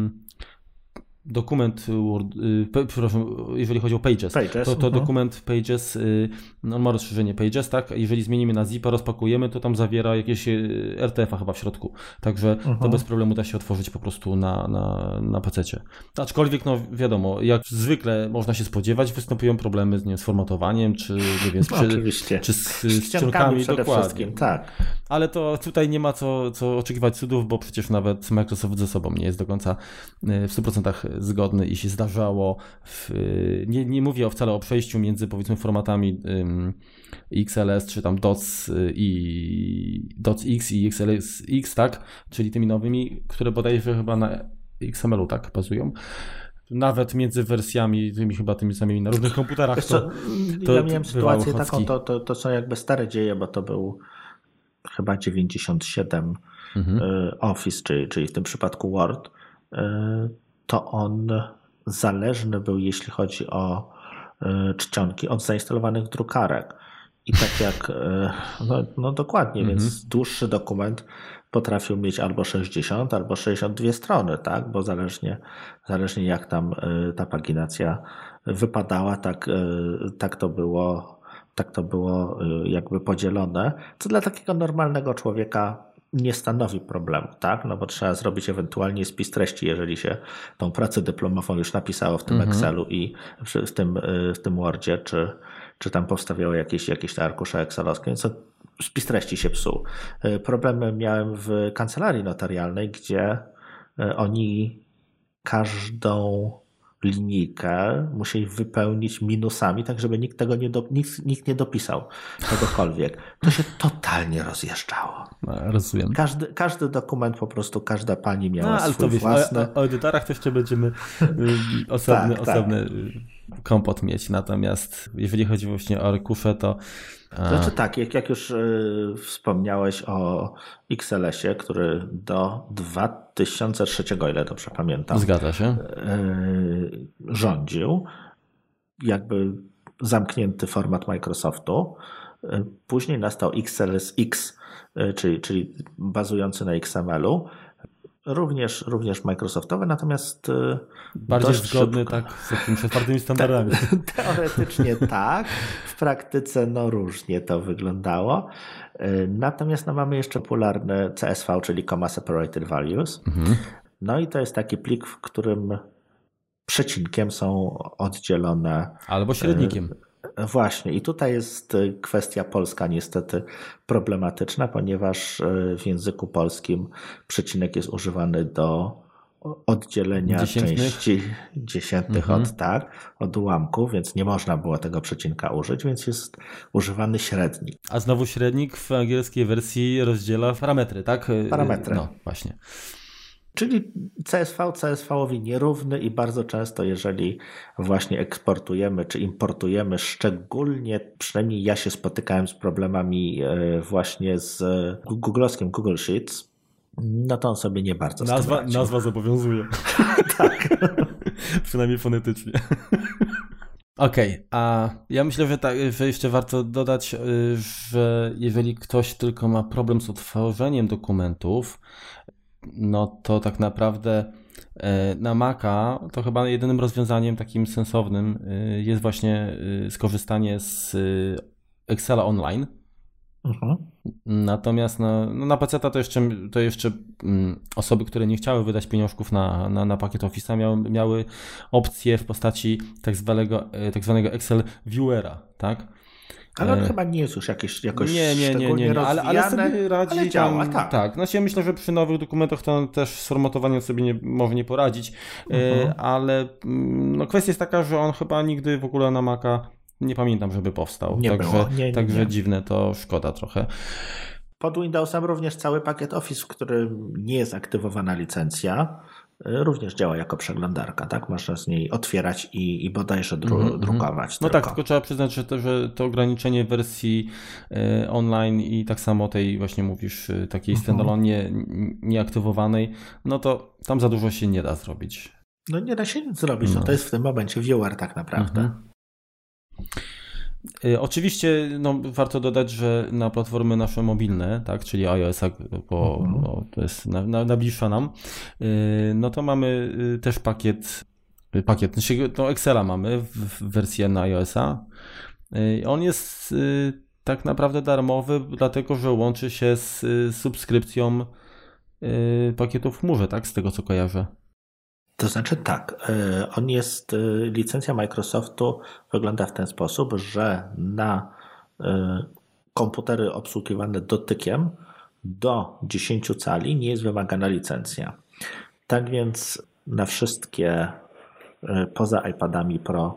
dokument Word, przepraszam, jeżeli chodzi o Pages, to dokument Pages, on ma rozszerzenie Pages, tak? Jeżeli zmienimy na zipa, rozpakujemy, to tam zawiera jakieś RTF-a chyba w środku. Także to bez problemu da się otworzyć po prostu na PC-cie. Aczkolwiek, no wiadomo, jak zwykle można się spodziewać, występują problemy z formatowaniem, czy nie wiem, czy z czcionkami
przede wszystkim, tak.
Ale to tutaj nie ma co oczekiwać cudów, bo przecież nawet Microsoft ze sobą nie jest do końca w 100% zgodny i się zdarzało. Nie mówię wcale o przejściu między powiedzmy formatami XLS czy tam DOTS X i XLS X, tak? Czyli tymi nowymi, które bodajże chyba na XML-u tak bazują. Nawet między wersjami, tymi samymi na różnych komputerach.
Ja miałem sytuację taką, to są jakby stare dzieje, bo to był chyba 97 Office, czyli w tym przypadku Word. To on zależny był, jeśli chodzi o czcionki, od zainstalowanych drukarek. I tak jak, no dokładnie, więc dłuższy dokument potrafił mieć albo 60, albo 62 strony, tak? Bo zależnie jak tam ta paginacja wypadała, tak to było jakby podzielone, co dla takiego normalnego człowieka nie stanowi problemu, tak? No bo trzeba zrobić ewentualnie spis treści, jeżeli się tą pracę dyplomową już napisało w tym Excelu i w tym Wordzie, czy tam powstawiały jakieś te arkusze excelowskie, więc spis treści się psuł. Problemy miałem w kancelarii notarialnej, gdzie oni każdą linijkę musieli wypełnić minusami, tak żeby nikt nie dopisał czegokolwiek. To się totalnie rozjeżdżało.
Rozumiem.
Każdy dokument po prostu, każda pani miała swój własny.
O edytorach to jeszcze będziemy osobny kompot mieć. Natomiast jeżeli chodzi właśnie o arkusze, to
znaczy tak, jak już wspomniałeś o XLS-ie, który do 2003, o ile dobrze pamiętam,
zgadza się,
rządził, jakby zamknięty format Microsoftu. Później nastał XLS X, czyli bazujący na XML-u. Również Microsoftowy, natomiast
bardziej zgodny tak z jakimiś otwartymi standardami.
Teoretycznie tak, w praktyce no różnie to wyglądało. Natomiast mamy jeszcze popularny CSV, czyli Comma Separated Values. No i to jest taki plik, w którym przecinkiem są oddzielone.
Albo średnikiem.
Właśnie i tutaj jest kwestia polska niestety problematyczna, ponieważ w języku polskim przecinek jest używany do oddzielenia części dziesiętnych od ułamku, więc nie można było tego przecinka użyć, więc jest używany średnik.
A znowu średnik w angielskiej wersji rozdziela parametry, tak?
Parametry.
No, właśnie.
Czyli CSV-owi nierówny i bardzo często, jeżeli właśnie eksportujemy czy importujemy, szczególnie, przynajmniej ja się spotykałem z problemami właśnie z googlowskim Google Sheets, no to on sobie nie bardzo
Nazwa zobowiązuje.
Tak.
Przynajmniej fonetycznie. Okej, a ja myślę, że jeszcze warto dodać, że jeżeli ktoś tylko ma problem z odtworzeniem dokumentów, no to tak naprawdę na Maca to chyba jedynym rozwiązaniem takim sensownym jest właśnie skorzystanie z Excela Online. Natomiast na PC to jeszcze osoby, które nie chciały wydać pieniążków na pakiet Office'a miały opcję w postaci tak zwanego Excel Viewera, tak?
Ale on chyba nie jest już jakoś szczególnie rozwijany,
ale sobie radzi,
ale działa, tak.
Znaczy ja myślę, że przy nowych dokumentach to on też z formowaniem sobie może nie poradzić, ale kwestia jest taka, że on chyba nigdy w ogóle na Maca nie pamiętam, żeby powstał. Także dziwne, to szkoda trochę.
Pod Windowsem również cały pakiet Office, w którym nie jest aktywowana licencja, również działa jako przeglądarka, tak? Można z niej otwierać i bodajże drukować.
No tak, tylko trzeba przyznać, że to ograniczenie wersji online i tak samo tej właśnie mówisz, takiej standalone nieaktywowanej, no to tam za dużo się nie da zrobić.
No nie da się nic zrobić, no to jest w tym momencie viewer tak naprawdę.
Oczywiście warto dodać, że na platformy nasze mobilne, tak, czyli iOS-a, bo to jest najbliższa nam, no to mamy też pakiet, to Excela mamy w wersji na iOS-a. On jest tak naprawdę darmowy, dlatego że łączy się z subskrypcją pakietów w chmurze, tak, z tego co kojarzę.
To znaczy tak, licencja Microsoftu wygląda w ten sposób, że na komputery obsługiwane dotykiem do 10 cali nie jest wymagana licencja. Tak więc na wszystkie poza iPadami Pro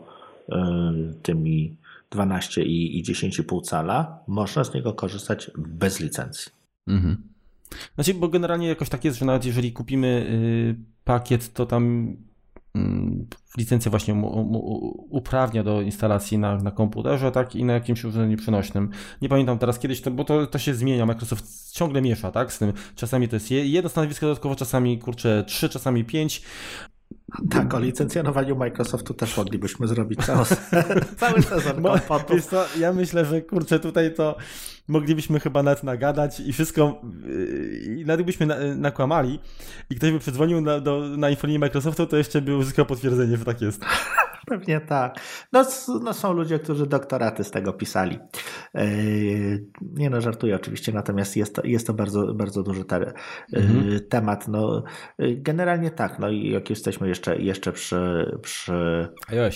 tymi 12 i 10,5 cala można z niego korzystać bez licencji.
Znaczy, bo generalnie jakoś tak jest, że nawet jeżeli kupimy pakiet, to tam licencja właśnie uprawnia do instalacji na komputerze, tak, i na jakimś urządzeniu przenośnym. Nie pamiętam teraz kiedyś, bo to się zmienia, Microsoft ciągle miesza, tak, z tym. Czasami to jest jedno stanowisko dodatkowo, czasami 3, czasami 5.
Tak, o licencjonowaniu Microsoftu też moglibyśmy zrobić cały sezon kompotów.
Wiesz co, ja myślę, że tutaj to moglibyśmy chyba nawet nagadać i wszystko, i nawet byśmy nakłamali i ktoś by przedzwonił na infolinię Microsoftu, to jeszcze by uzyskał potwierdzenie, że tak jest.
Pewnie tak. No są ludzie, którzy doktoraty z tego pisali. Nie no, żartuję oczywiście, natomiast jest to bardzo, bardzo duży temat. No, generalnie tak, no i jak jesteśmy jeszcze przy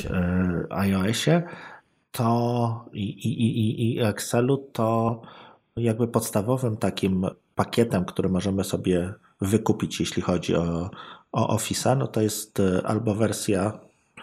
iOSie, to i Excelu, to jakby podstawowym takim pakietem, który możemy sobie wykupić, jeśli chodzi o Office'a, no to jest albo wersja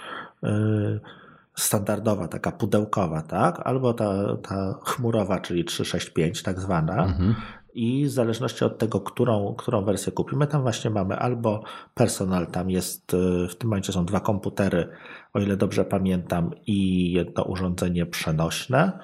standardowa, taka pudełkowa, tak? Albo ta chmurowa, czyli 365 tak zwana. I w zależności od tego, którą wersję kupimy, tam właśnie mamy albo personal, tam jest, w tym momencie są 2 komputery, o ile dobrze pamiętam, i jedno urządzenie przenośne,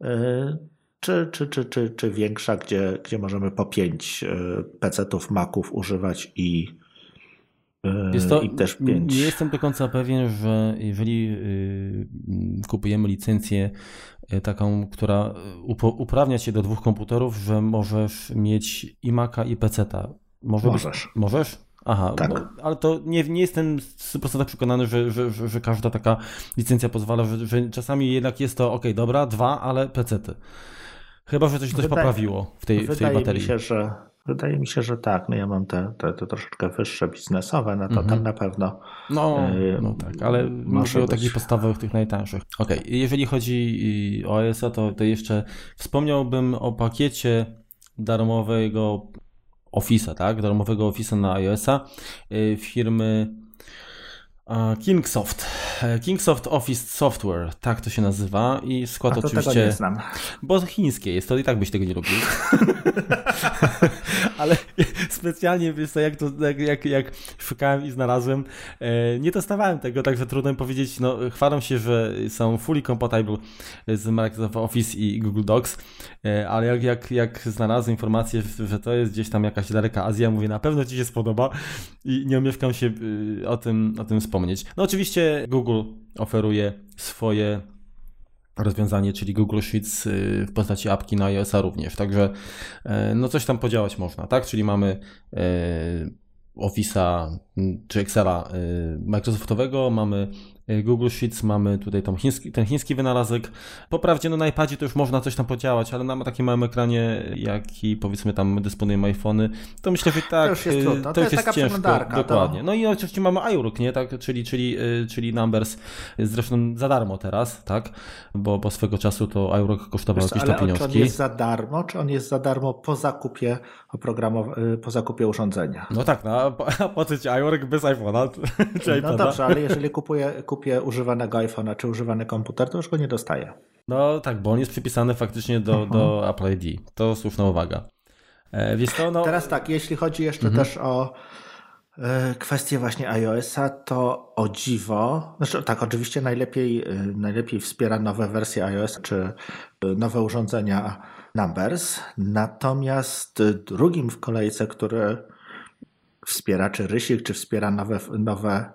czy większa, gdzie możemy po 5 PC-ów, Maców używać i też 5.
Nie jestem do końca pewien, że jeżeli kupujemy licencję taką, która uprawnia cię do 2 komputerów, że możesz mieć i Maca, i PC-ta. Możesz? Aha,
tak.
No, ale to nie jestem 100% przekonany, że każda taka licencja pozwala, że czasami jednak jest to okej, dobra, 2, ale PC-ty. Chyba, że coś poprawiło w tej baterii.
Wydaje mi się, że tak. No ja mam te troszeczkę wyższe biznesowe, no to tam na pewno.
No tak, ale mówię o takich podstawowych, tych najtańszych. Okej, jeżeli chodzi o iOS-a, to jeszcze wspomniałbym o pakiecie darmowego Office'a, tak? Darmowego Office'a na iOS-a firmy Kingsoft. Kingsoft Office Software, tak to się nazywa i skład oczywiście...
Tego nie znam.
Bo chińskie jest, to i tak byś tego nie lubił. Ale specjalnie, wiesz co, jak szukałem i znalazłem, nie testowałem tego, także trudno mi powiedzieć, no chwalą się, że są fully compatible z Microsoft Office i Google Docs, ale jak znalazłem informację, że to jest gdzieś tam jakaś daleka Azja, mówię, na pewno ci się spodoba i nie omieszkam się o tym wspomnieć. No oczywiście Google oferuje swoje rozwiązanie, czyli Google Sheets w postaci apki na iOS-a również, także no coś tam podziałać można, tak? Czyli mamy Office'a czy Excela Microsoftowego, mamy Google Sheets, mamy tutaj ten chiński wynalazek. Po prawdzie, no na iPadzie to już można coś tam podziałać, ale na takim małym ekranie, jaki powiedzmy tam dysponujemy iPhony, to myślę, że tak,
to już jest trudno.
To już jest
taka
ciężko. Dokładnie. No i oczywiście mamy iRook, nie? Tak? Czyli Numbers, zresztą za darmo teraz, tak? Bo swego czasu to iRook kosztował jakieś tam pieniążki.
Czy on jest za darmo, czy on jest za darmo po zakupie po zakupie urządzenia?
No tak, no, a po co ci iRook bez iPhone'a?
No dobrze, ale jeżeli kupię używanego iPhone'a czy używany komputer, to już go nie dostaję.
No tak, bo on jest przypisany faktycznie do Apple ID. To słuszna uwaga. Wiesz co, no...
Teraz tak, jeśli chodzi jeszcze też o kwestię właśnie iOS-a, to o dziwo, znaczy tak, oczywiście najlepiej wspiera nowe wersje iOS czy nowe urządzenia Numbers, natomiast drugim w kolejce, który wspiera, czy Rysik, czy wspiera nowe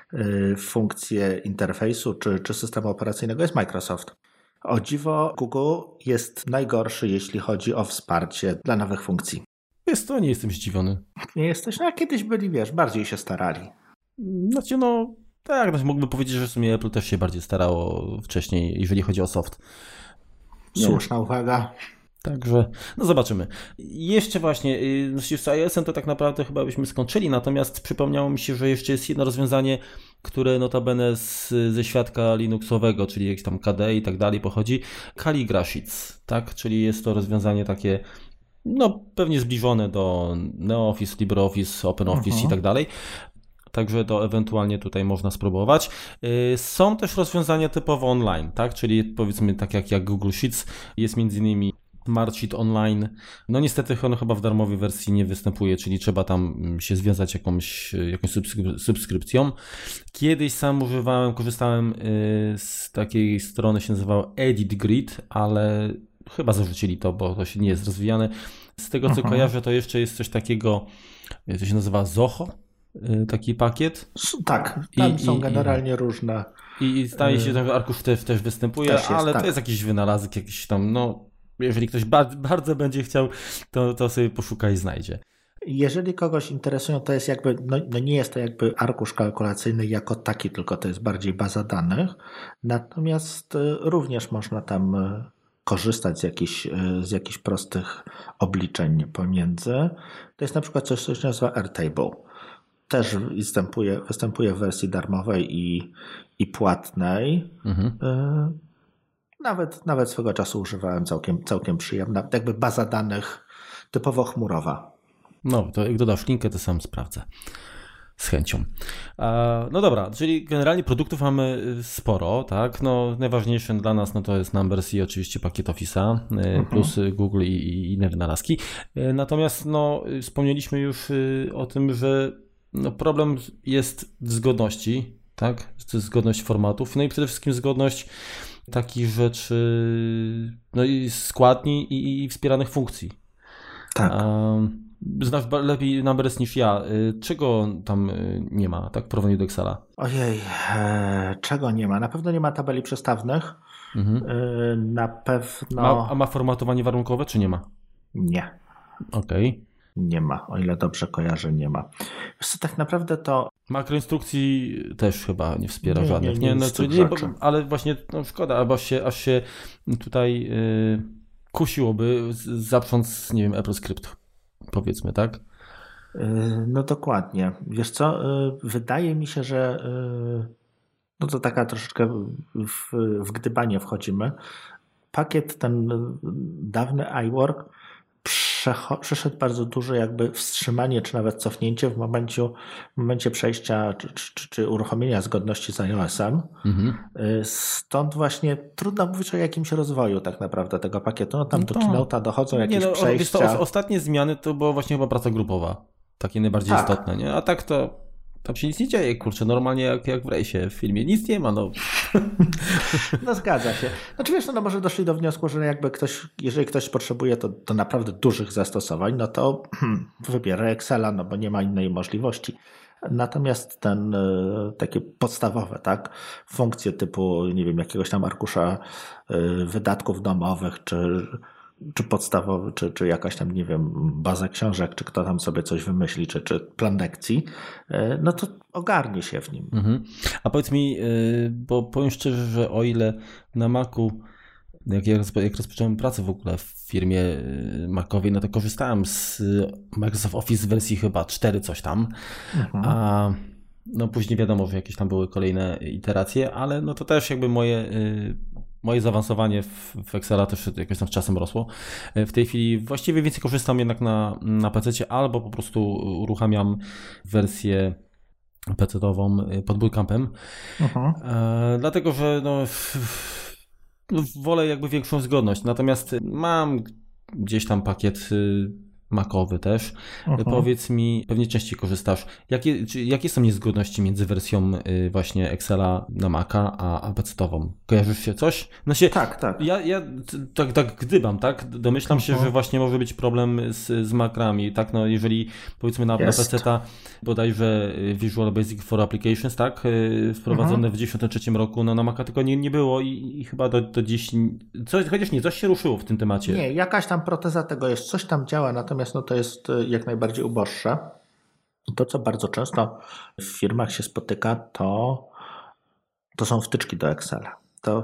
funkcje interfejsu, czy systemu operacyjnego jest Microsoft. O dziwo, Google jest najgorszy, jeśli chodzi o wsparcie dla nowych funkcji.
Jest to, nie jestem zdziwiony.
Nie jesteś? No, a kiedyś byli, bardziej się starali.
Znaczy, no tak, no, mógłbym powiedzieć, że w sumie Apple też się bardziej starało wcześniej, jeżeli chodzi o soft.
Słuszna uwaga.
Także, no zobaczymy. Jeszcze właśnie, z iOS-em to tak naprawdę chyba byśmy skończyli, natomiast przypomniało mi się, że jeszcze jest jedno rozwiązanie, które notabene ze świadka Linuxowego, czyli jakieś tam KDE i tak dalej pochodzi, Calligra Sheets, tak? Czyli jest to rozwiązanie takie, no pewnie zbliżone do NeoOffice, LibreOffice, OpenOffice i tak dalej. Także to ewentualnie tutaj można spróbować. Są też rozwiązania typowo online, tak? Czyli powiedzmy tak jak Google Sheets, jest między innymi Smartsheet Online. No niestety on chyba w darmowej wersji nie występuje, czyli trzeba tam się związać jakąś subskrypcją. Kiedyś sam korzystałem z takiej strony, się nazywało Edit Grid, ale chyba zarzucili to, bo to się nie jest rozwijane. Z tego co kojarzę, to jeszcze jest coś takiego, to się nazywa Zoho, taki pakiet.
Tak, tam są generalnie różne.
I staje się, że arkusz też występuje, ale to jest jakiś wynalazek, jakiś tam, no jeżeli ktoś bardzo będzie chciał, to sobie poszuka i znajdzie.
Jeżeli kogoś interesują, to jest jakby, no nie jest to jakby arkusz kalkulacyjny jako taki, tylko to jest bardziej baza danych. Natomiast również można tam korzystać z jakichś prostych obliczeń pomiędzy. To jest na przykład coś, co się nazywa Airtable. Też występuje w wersji darmowej i płatnej. Nawet swego czasu używałem, całkiem przyjemna, jakby baza danych typowo chmurowa.
No, to jak dodasz linkę, to sam sprawdzę. Z chęcią. No dobra, czyli generalnie produktów mamy sporo, tak? No, najważniejszym dla nas to jest Numbers i oczywiście pakiet Office'a, plus Google i inne wynalazki. Natomiast wspomnieliśmy już o tym, że problem jest w zgodności, tak? Zgodność formatów, no i przede wszystkim zgodność takich rzeczy, no i składni i wspieranych funkcji.
Tak.
Znasz lepiej Numbers niż ja. Czego tam nie ma, tak, w porównaniu do Excela?
Ojej, czego nie ma? Na pewno nie ma tabeli przestawnych. Na pewno...
A ma formatowanie warunkowe, czy nie ma?
Nie.
Okej.
Nie ma, o ile dobrze kojarzę, nie ma. Wiesz co, tak naprawdę to...
Makroinstrukcji też chyba nie wspiera żadnych. Ale właśnie szkoda, bo aż się tutaj kusiłoby zaprząc, nie wiem, AppleScript. powiedzmy, tak?
No dokładnie. Wiesz co, wydaje mi się, że no to taka troszeczkę w gdybanie wchodzimy. Pakiet ten dawny iWork przeszedł bardzo duże jakby wstrzymanie, czy nawet cofnięcie w momencie przejścia, czy uruchomienia zgodności z iOS-em. Stąd właśnie trudno mówić o jakimś rozwoju tak naprawdę tego pakietu. No tam do Keynote'a dochodzą jakieś przejścia.
Ostatnie zmiany to była właśnie chyba praca grupowa. Takie najbardziej istotne, nie? A tak to tam się nic nie dzieje, kurczę, normalnie jak w rejsie w filmie. Nic nie ma, no.
No zgadza się. Znaczy wiesz, no może doszli do wniosku, że jakby jeżeli ktoś potrzebuje to naprawdę dużych zastosowań, no to wybierę Excela, no bo nie ma innej możliwości. Natomiast takie podstawowe, tak, funkcje typu, nie wiem, jakiegoś tam arkusza wydatków domowych, czy podstawowy, czy jakaś tam, nie wiem, baza książek, czy kto tam sobie coś wymyśli, czy plan lekcji, no to ogarnie się w nim.
A powiedz mi, bo powiem szczerze, że o ile na Macu, jak rozpocząłem pracę w ogóle w firmie Macowej, no to korzystałem z Microsoft Office w wersji chyba 4 coś tam, a no później wiadomo, że jakieś tam były kolejne iteracje, ale no to też jakby moje zaawansowanie w Excela też jakoś tam z czasem rosło. W tej chwili właściwie więcej korzystam jednak na PC-cie albo po prostu uruchamiam wersję PC-ową pod bootcampem. Dlatego, że no, wolę jakby większą zgodność. Natomiast mam gdzieś tam pakiet Macowy też. Powiedz mi, pewnie częściej korzystasz. Jakie są niezgodności między wersją właśnie Excela na Maca a PC-ową? Kojarzysz się coś? Znaczy,
tak.
Ja tak gdybam, tak? Domyślam się, że właśnie może być problem z makrami, tak? No jeżeli powiedzmy na PC-ta bodajże Visual Basic for Applications, tak? Wprowadzone w 1993 roku, no na Maca tylko nie było i chyba do dziś coś się ruszyło w tym temacie.
Nie, jakaś tam proteza tego jest, coś tam działa, natomiast no to jest jak najbardziej uboższe. To, co bardzo często w firmach się spotyka, to są wtyczki do Excela.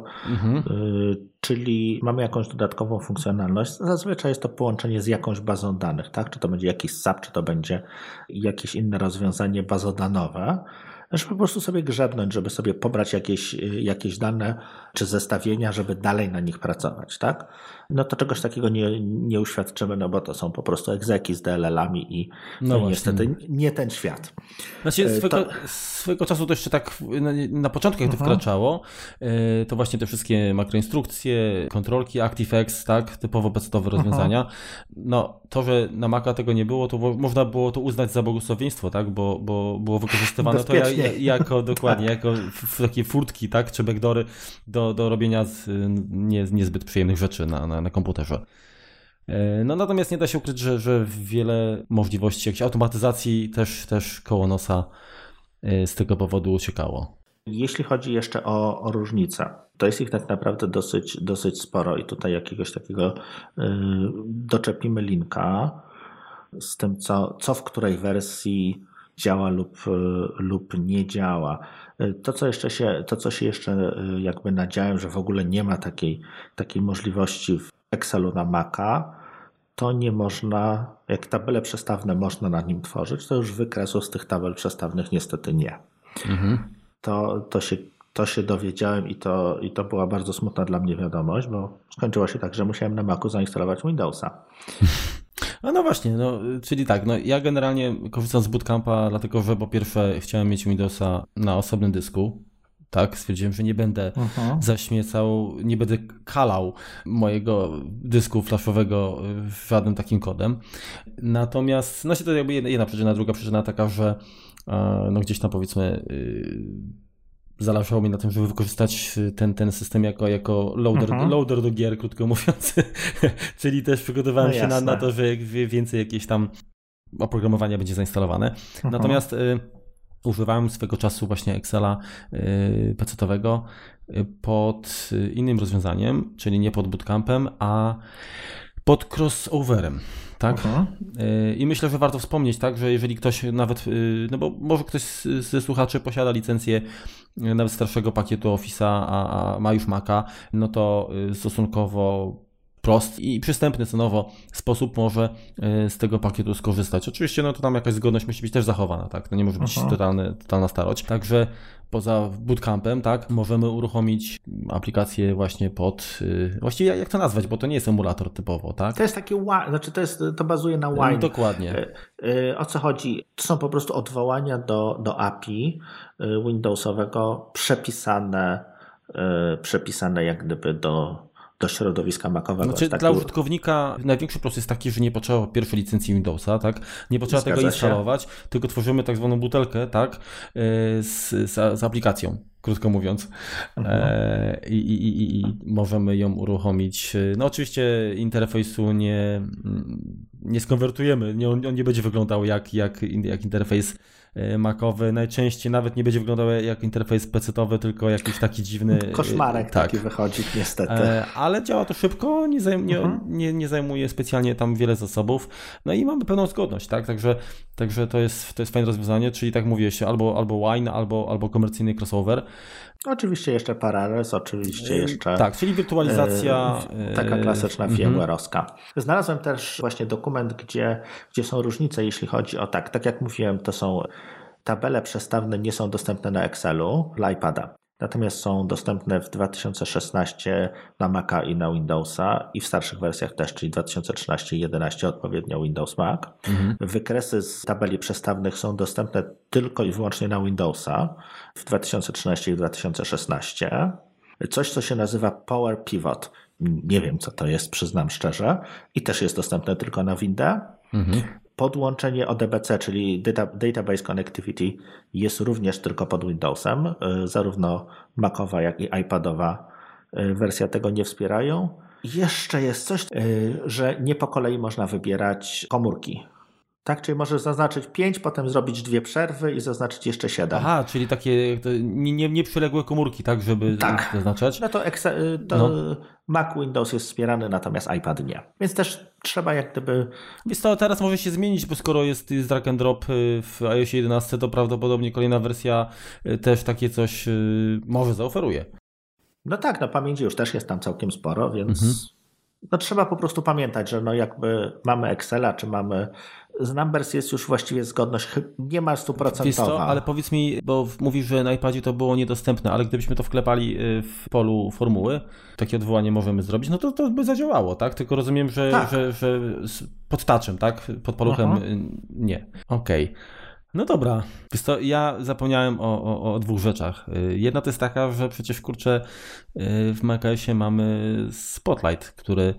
Czyli mamy jakąś dodatkową funkcjonalność. Zazwyczaj jest to połączenie z jakąś bazą danych, tak? Czy to będzie jakiś SAP, czy to będzie jakieś inne rozwiązanie bazodanowe, żeby po prostu sobie grzebnąć, żeby sobie pobrać jakieś dane czy zestawienia, żeby dalej na nich pracować, tak? No to czegoś takiego nie uświadczymy, no bo to są po prostu egzeki z DLL-ami i niestety nie ten świat.
Znaczy swego czasu to jeszcze tak na początku jak to wkraczało, to właśnie te wszystkie makroinstrukcje, kontrolki, ActiveX, tak, typowo PC-owe rozwiązania. No to, że na Maca tego nie było, to można było to uznać za błogosławieństwo, tak, bo było wykorzystywane to jako dokładnie, jako takie furtki, tak, czy backdoory do robienia niezbyt przyjemnych rzeczy na komputerze. No natomiast nie da się ukryć, że wiele możliwości jakiejś automatyzacji też koło nosa z tego powodu uciekało.
Jeśli chodzi jeszcze o różnice, to jest ich tak naprawdę dosyć sporo i tutaj jakiegoś takiego doczepimy linka z tym, co w której wersji działa lub nie działa. To, co się jeszcze jakby nadziałem, że w ogóle nie ma takiej możliwości w Excelu na Maca, to nie można, jak tabele przestawne można na nim tworzyć, to już wykresu z tych tabel przestawnych niestety nie. To się dowiedziałem i to była bardzo smutna dla mnie wiadomość, bo skończyło się tak, że musiałem na Macu zainstalować Windowsa.
No właśnie, czyli tak, ja generalnie korzystam z bootcampa, dlatego że po pierwsze chciałem mieć Windowsa na osobnym dysku. Tak, stwierdziłem, że nie będę zaśmiecał, nie będę kalał mojego dysku flashowego żadnym takim kodem. Natomiast, to jakby jedna przyczyna, druga przyczyna taka, że gdzieś tam powiedzmy zależało mi na tym, żeby wykorzystać ten system jako loader do gier, krótko mówiąc. Czyli też przygotowałem się na to, że więcej jakieś tam oprogramowania będzie zainstalowane. Natomiast używałem swego czasu właśnie Excela PC-owego pod innym rozwiązaniem, czyli nie pod bootcampem, a pod crossoverem. Tak? I myślę, że warto wspomnieć, tak, że jeżeli ktoś nawet, bo może ktoś ze słuchaczy posiada licencję nawet starszego pakietu Office'a, a ma już Maca, no to stosunkowo prosty i przystępny cenowo sposób może z tego pakietu skorzystać. Oczywiście no to tam jakaś zgodność musi być też zachowana, tak? To nie może być totalna starość. Także poza bootcampem, tak, możemy uruchomić aplikację właśnie pod, właściwie jak to nazwać, bo to nie jest emulator typowo, tak?
To jest taki, znaczy to bazuje na Wine.
Dokładnie.
O co chodzi? To są po prostu odwołania do API Windowsowego przepisane jak gdyby do środowiska Macowego.
Znaczy, dla użytkownika największy plus jest taki, że nie potrzeba pierwszej licencji Windowsa, tak? Nie potrzeba tego instalować, tylko tworzymy tak zwaną butelkę, tak? Z aplikacją, krótko mówiąc. I możemy ją uruchomić. No oczywiście interfejsu nie skonwertujemy, on nie będzie wyglądał jak interfejs Macowy. Najczęściej nawet nie będzie wyglądał jak interfejs PC-towy, tylko jakiś taki dziwny...
Koszmarek taki wychodzi niestety.
Ale działa to szybko, nie zajmuje specjalnie tam wiele zasobów. No i mamy pełną zgodność, tak? Także to jest fajne rozwiązanie, czyli tak mówiłeś, albo Wine, albo komercyjny crossover.
Oczywiście jeszcze Parallels, oczywiście jeszcze...
Tak, czyli wirtualizacja...
Taka klasyczna VMware'owska. Znalazłem też właśnie dokument, gdzie są różnice, jeśli chodzi o tak jak mówiłem, to są tabele przestawne, nie są dostępne na Excelu dla iPada. Natomiast są dostępne w 2016 na Maca i na Windowsa i w starszych wersjach też, czyli 2013 i 2011 odpowiednio Windows Mac. Wykresy z tabeli przestawnych są dostępne tylko i wyłącznie na Windowsa w 2013 i 2016. Coś, co się nazywa Power Pivot. Nie wiem, co to jest, przyznam szczerze. I też jest dostępne tylko na Windę. Podłączenie ODBC, czyli Database Connectivity, jest również tylko pod Windowsem. Zarówno Macowa, jak i iPadowa wersja tego nie wspierają. Jeszcze jest coś, że nie po kolei można wybierać komórki. Tak, czyli możesz zaznaczyć 5, potem zrobić 2 przerwy i zaznaczyć jeszcze 7.
Aha, czyli takie nieprzyległe komórki, tak, żeby zaznaczać?
No to Mac Windows jest wspierany, natomiast iPad nie. Więc też trzeba jak gdyby...
Wiesz co, teraz może się zmienić, bo skoro jest drag and drop w iOS 11, to prawdopodobnie kolejna wersja też takie coś może zaoferuje.
No tak, pamięci już też jest tam całkiem sporo, więc trzeba po prostu pamiętać, że jakby mamy Excela, czy mamy... Z Numbers jest już właściwie zgodność niemal 100%.
Wiesz co, ale powiedz mi, bo mówisz, że na iPadzie to było niedostępne, ale gdybyśmy to wklepali w polu formuły, takie odwołanie możemy zrobić, no to by zadziałało, tak? Tylko rozumiem, że pod touchem, tak? Pod paluchem nie. Okej. No dobra. Wiesz co, ja zapomniałem o 2 rzeczach. Jedna to jest taka, że przecież w macOSie mamy Spotlight, który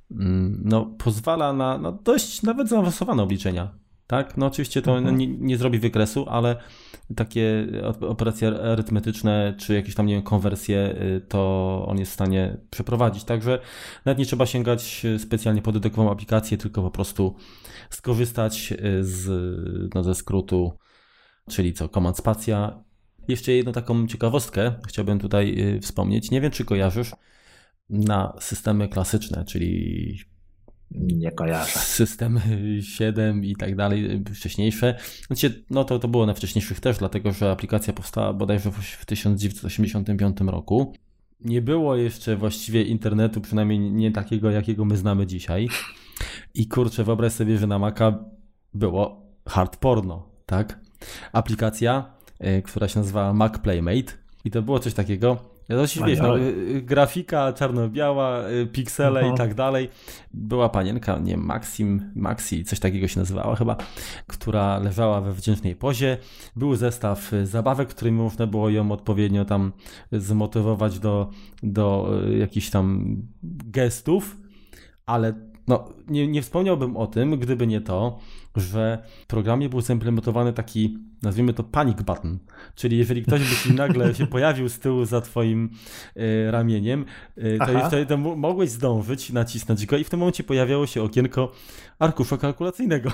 pozwala na dość nawet zaawansowane obliczenia. Tak? No oczywiście to nie zrobi wykresu, ale takie operacje arytmetyczne, czy jakieś tam, nie wiem, konwersje, to on jest w stanie przeprowadzić. Także nawet nie trzeba sięgać specjalnie po dedykową aplikację, tylko po prostu skorzystać ze skrótu, czyli Command Spacja. Jeszcze jedną taką ciekawostkę chciałbym tutaj wspomnieć. Nie wiem, czy kojarzysz, na systemy klasyczne, czyli
nie kojarzę.
Systemy 7 i tak dalej, wcześniejsze. Znaczy, to było na wcześniejszych też, dlatego że aplikacja powstała bodajże w 1985 roku. Nie było jeszcze właściwie internetu, przynajmniej nie takiego, jakiego my znamy dzisiaj. I kurczę, wyobraź sobie, że na Maca było hard porno, tak? Aplikacja, która się nazywała Mac Playmate i to było coś takiego. Wiesz, grafika czarno-biała, piksele i tak dalej. Była panienka, nie wiem, Maxi, coś takiego się nazywała chyba, która leżała we wdzięcznej pozie. Był zestaw zabawek, którymi można było ją odpowiednio tam zmotywować do jakichś tam gestów, ale nie wspomniałbym o tym, gdyby nie to, że w programie był zaimplementowany taki, nazwijmy to panic button, czyli jeżeli ktoś by ci nagle się pojawił z tyłu za twoim ramieniem, to wtedy mogłeś zdążyć, nacisnąć go i w tym momencie pojawiało się okienko arkusza kalkulacyjnego.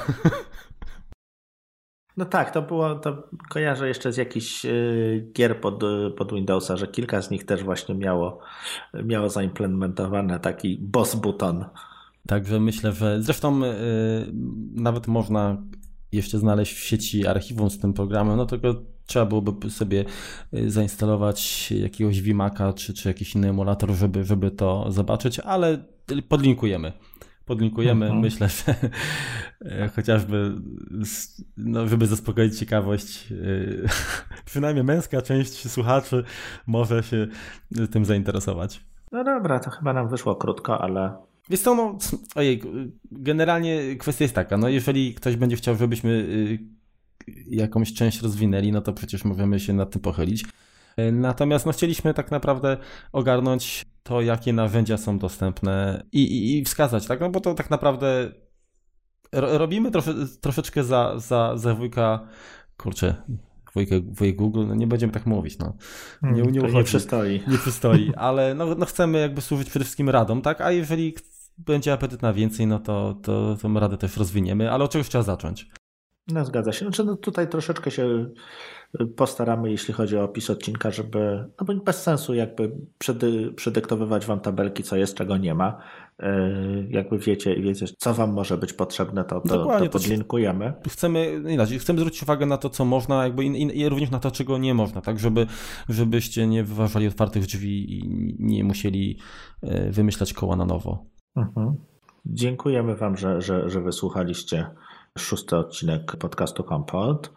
No tak, to kojarzę jeszcze z jakichś gier pod Windowsa, że kilka z nich też właśnie miało zaimplementowany taki boss button.
Także myślę, że zresztą nawet można jeszcze znaleźć w sieci archiwum z tym programem, tylko trzeba byłoby sobie zainstalować jakiegoś Vmac'a czy jakiś inny emulator, żeby to zobaczyć, ale podlinkujemy. Myślę, że chociażby, żeby zaspokoić ciekawość, przynajmniej męska część słuchaczy może się tym zainteresować.
No dobra, to chyba nam wyszło krótko, ale...
Wiesz co, generalnie kwestia jest taka, jeżeli ktoś będzie chciał, żebyśmy jakąś część rozwinęli, no to przecież możemy się nad tym pochylić. Natomiast chcieliśmy tak naprawdę ogarnąć to, jakie narzędzia są dostępne i wskazać, tak? Bo to tak naprawdę robimy troszeczkę za wujka, wujek Google, nie będziemy tak mówić,
Nie przystoi.
Nie przystoi, ale chcemy jakby służyć przede wszystkim radom, tak? A jeżeli będzie apetyt na więcej, to tą radę też rozwiniemy, ale od czegoś trzeba zacząć.
No zgadza się. Tutaj troszeczkę się postaramy, jeśli chodzi o opis odcinka, żeby bez sensu jakby przedyktowywać wam tabelki, co jest, czego nie ma. Jakby wiecie, co wam może być potrzebne, to podlinkujemy.
Chcemy zwrócić uwagę na to, co można, jakby i również na to, czego nie można, tak, żebyście nie wyważali otwartych drzwi i nie musieli wymyślać koła na nowo.
Mhm. Dziękujemy wam, że wysłuchaliście 6. odcinek podcastu Kompot.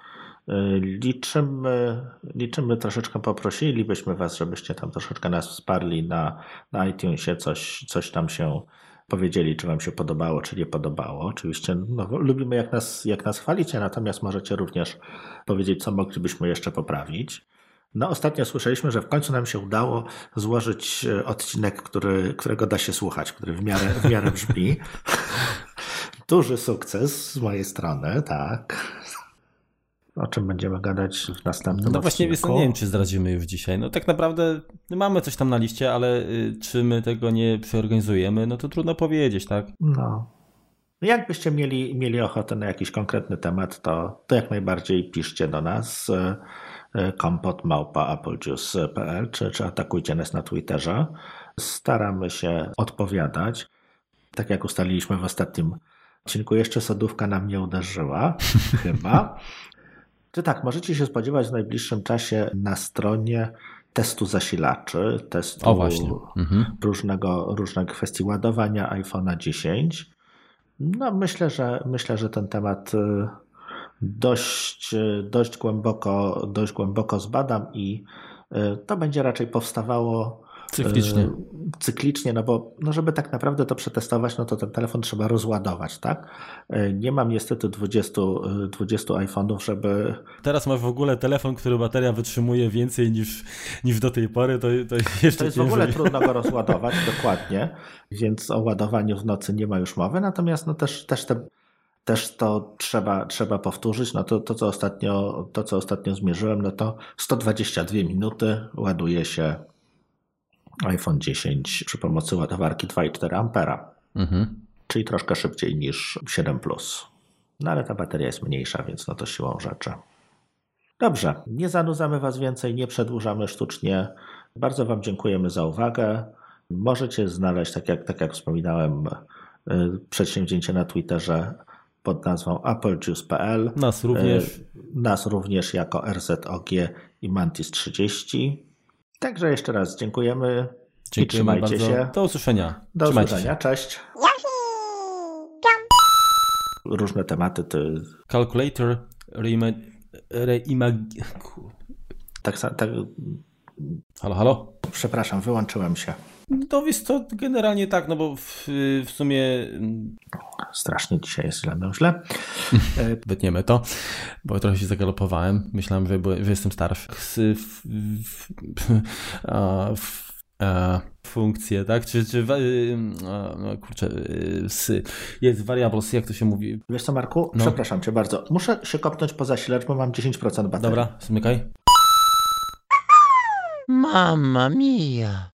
Liczymy troszeczkę, poprosilibyśmy was, żebyście tam troszeczkę nas wsparli na iTunesie, coś tam się powiedzieli, czy wam się podobało, czy nie podobało. Oczywiście lubimy jak nas chwalicie, natomiast możecie również powiedzieć, co moglibyśmy jeszcze poprawić. Ostatnio słyszeliśmy, że w końcu nam się udało złożyć odcinek, którego da się słuchać, który w miarę brzmi. Duży sukces z mojej strony, tak. O czym będziemy gadać w następnym odcinku?
Właśnie nie wiem, czy zdradzimy już dzisiaj. Tak naprawdę mamy coś tam na liście, ale czy my tego nie przeorganizujemy, to trudno powiedzieć, tak?
Jakbyście mieli ochotę na jakiś konkretny temat, to jak najbardziej piszcie do nas kompot@applejuice.pl czy atakujcie nas na Twitterze. Staramy się odpowiadać. Tak jak ustaliliśmy w ostatnim odcinku, jeszcze sodówka nam nie uderzyła, chyba. Czy tak, możecie się spodziewać w najbliższym czasie na stronie testu zasilaczy, testu różnych kwestii ładowania iPhone'a 10. Myślę, że ten temat dość głęboko zbadam i to będzie raczej powstawało cyklicznie, bo żeby tak naprawdę to przetestować, to ten telefon trzeba rozładować, tak? Nie mam niestety 20 iPhone'ów, żeby...
Teraz masz w ogóle telefon, który bateria wytrzymuje więcej niż do tej pory, to jeszcze
to jest w ogóle trudno go rozładować, dokładnie, więc o ładowaniu w nocy nie ma już mowy, natomiast też to trzeba powtórzyć. To co ostatnio zmierzyłem, to 122 minuty ładuje się iPhone 10 przy pomocy ładowarki 2,4 A. Czyli troszkę szybciej niż 7 Plus. Ale ta bateria jest mniejsza, więc to siłą rzeczy. Dobrze, nie zanudzamy was więcej, nie przedłużamy sztucznie. Bardzo wam dziękujemy za uwagę. Możecie znaleźć, tak jak wspominałem, przedsięwzięcie na Twitterze pod nazwą applejuice.pl. Nas również jako RZOG i Mantis30. Także jeszcze raz dziękujemy i trzymajcie
bardzo.
się.
Do usłyszenia.
Do usłyszenia. Cześć. Różne tematy.
Calculator,
Tak.
Halo?
Przepraszam, wyłączyłem się.
To generalnie tak, bo w sumie...
Strasznie dzisiaj jest źle.
Wytniemy to, bo trochę się zagalopowałem. Myślałem, że jestem starszy. Funkcje, tak? Jest variables, jak to się mówi?
Wiesz co, Marku? Przepraszam cię bardzo. Muszę się kopnąć po zasilacz, bo mam 10% baterii.
Dobra, zmykaj.
Mamma mia.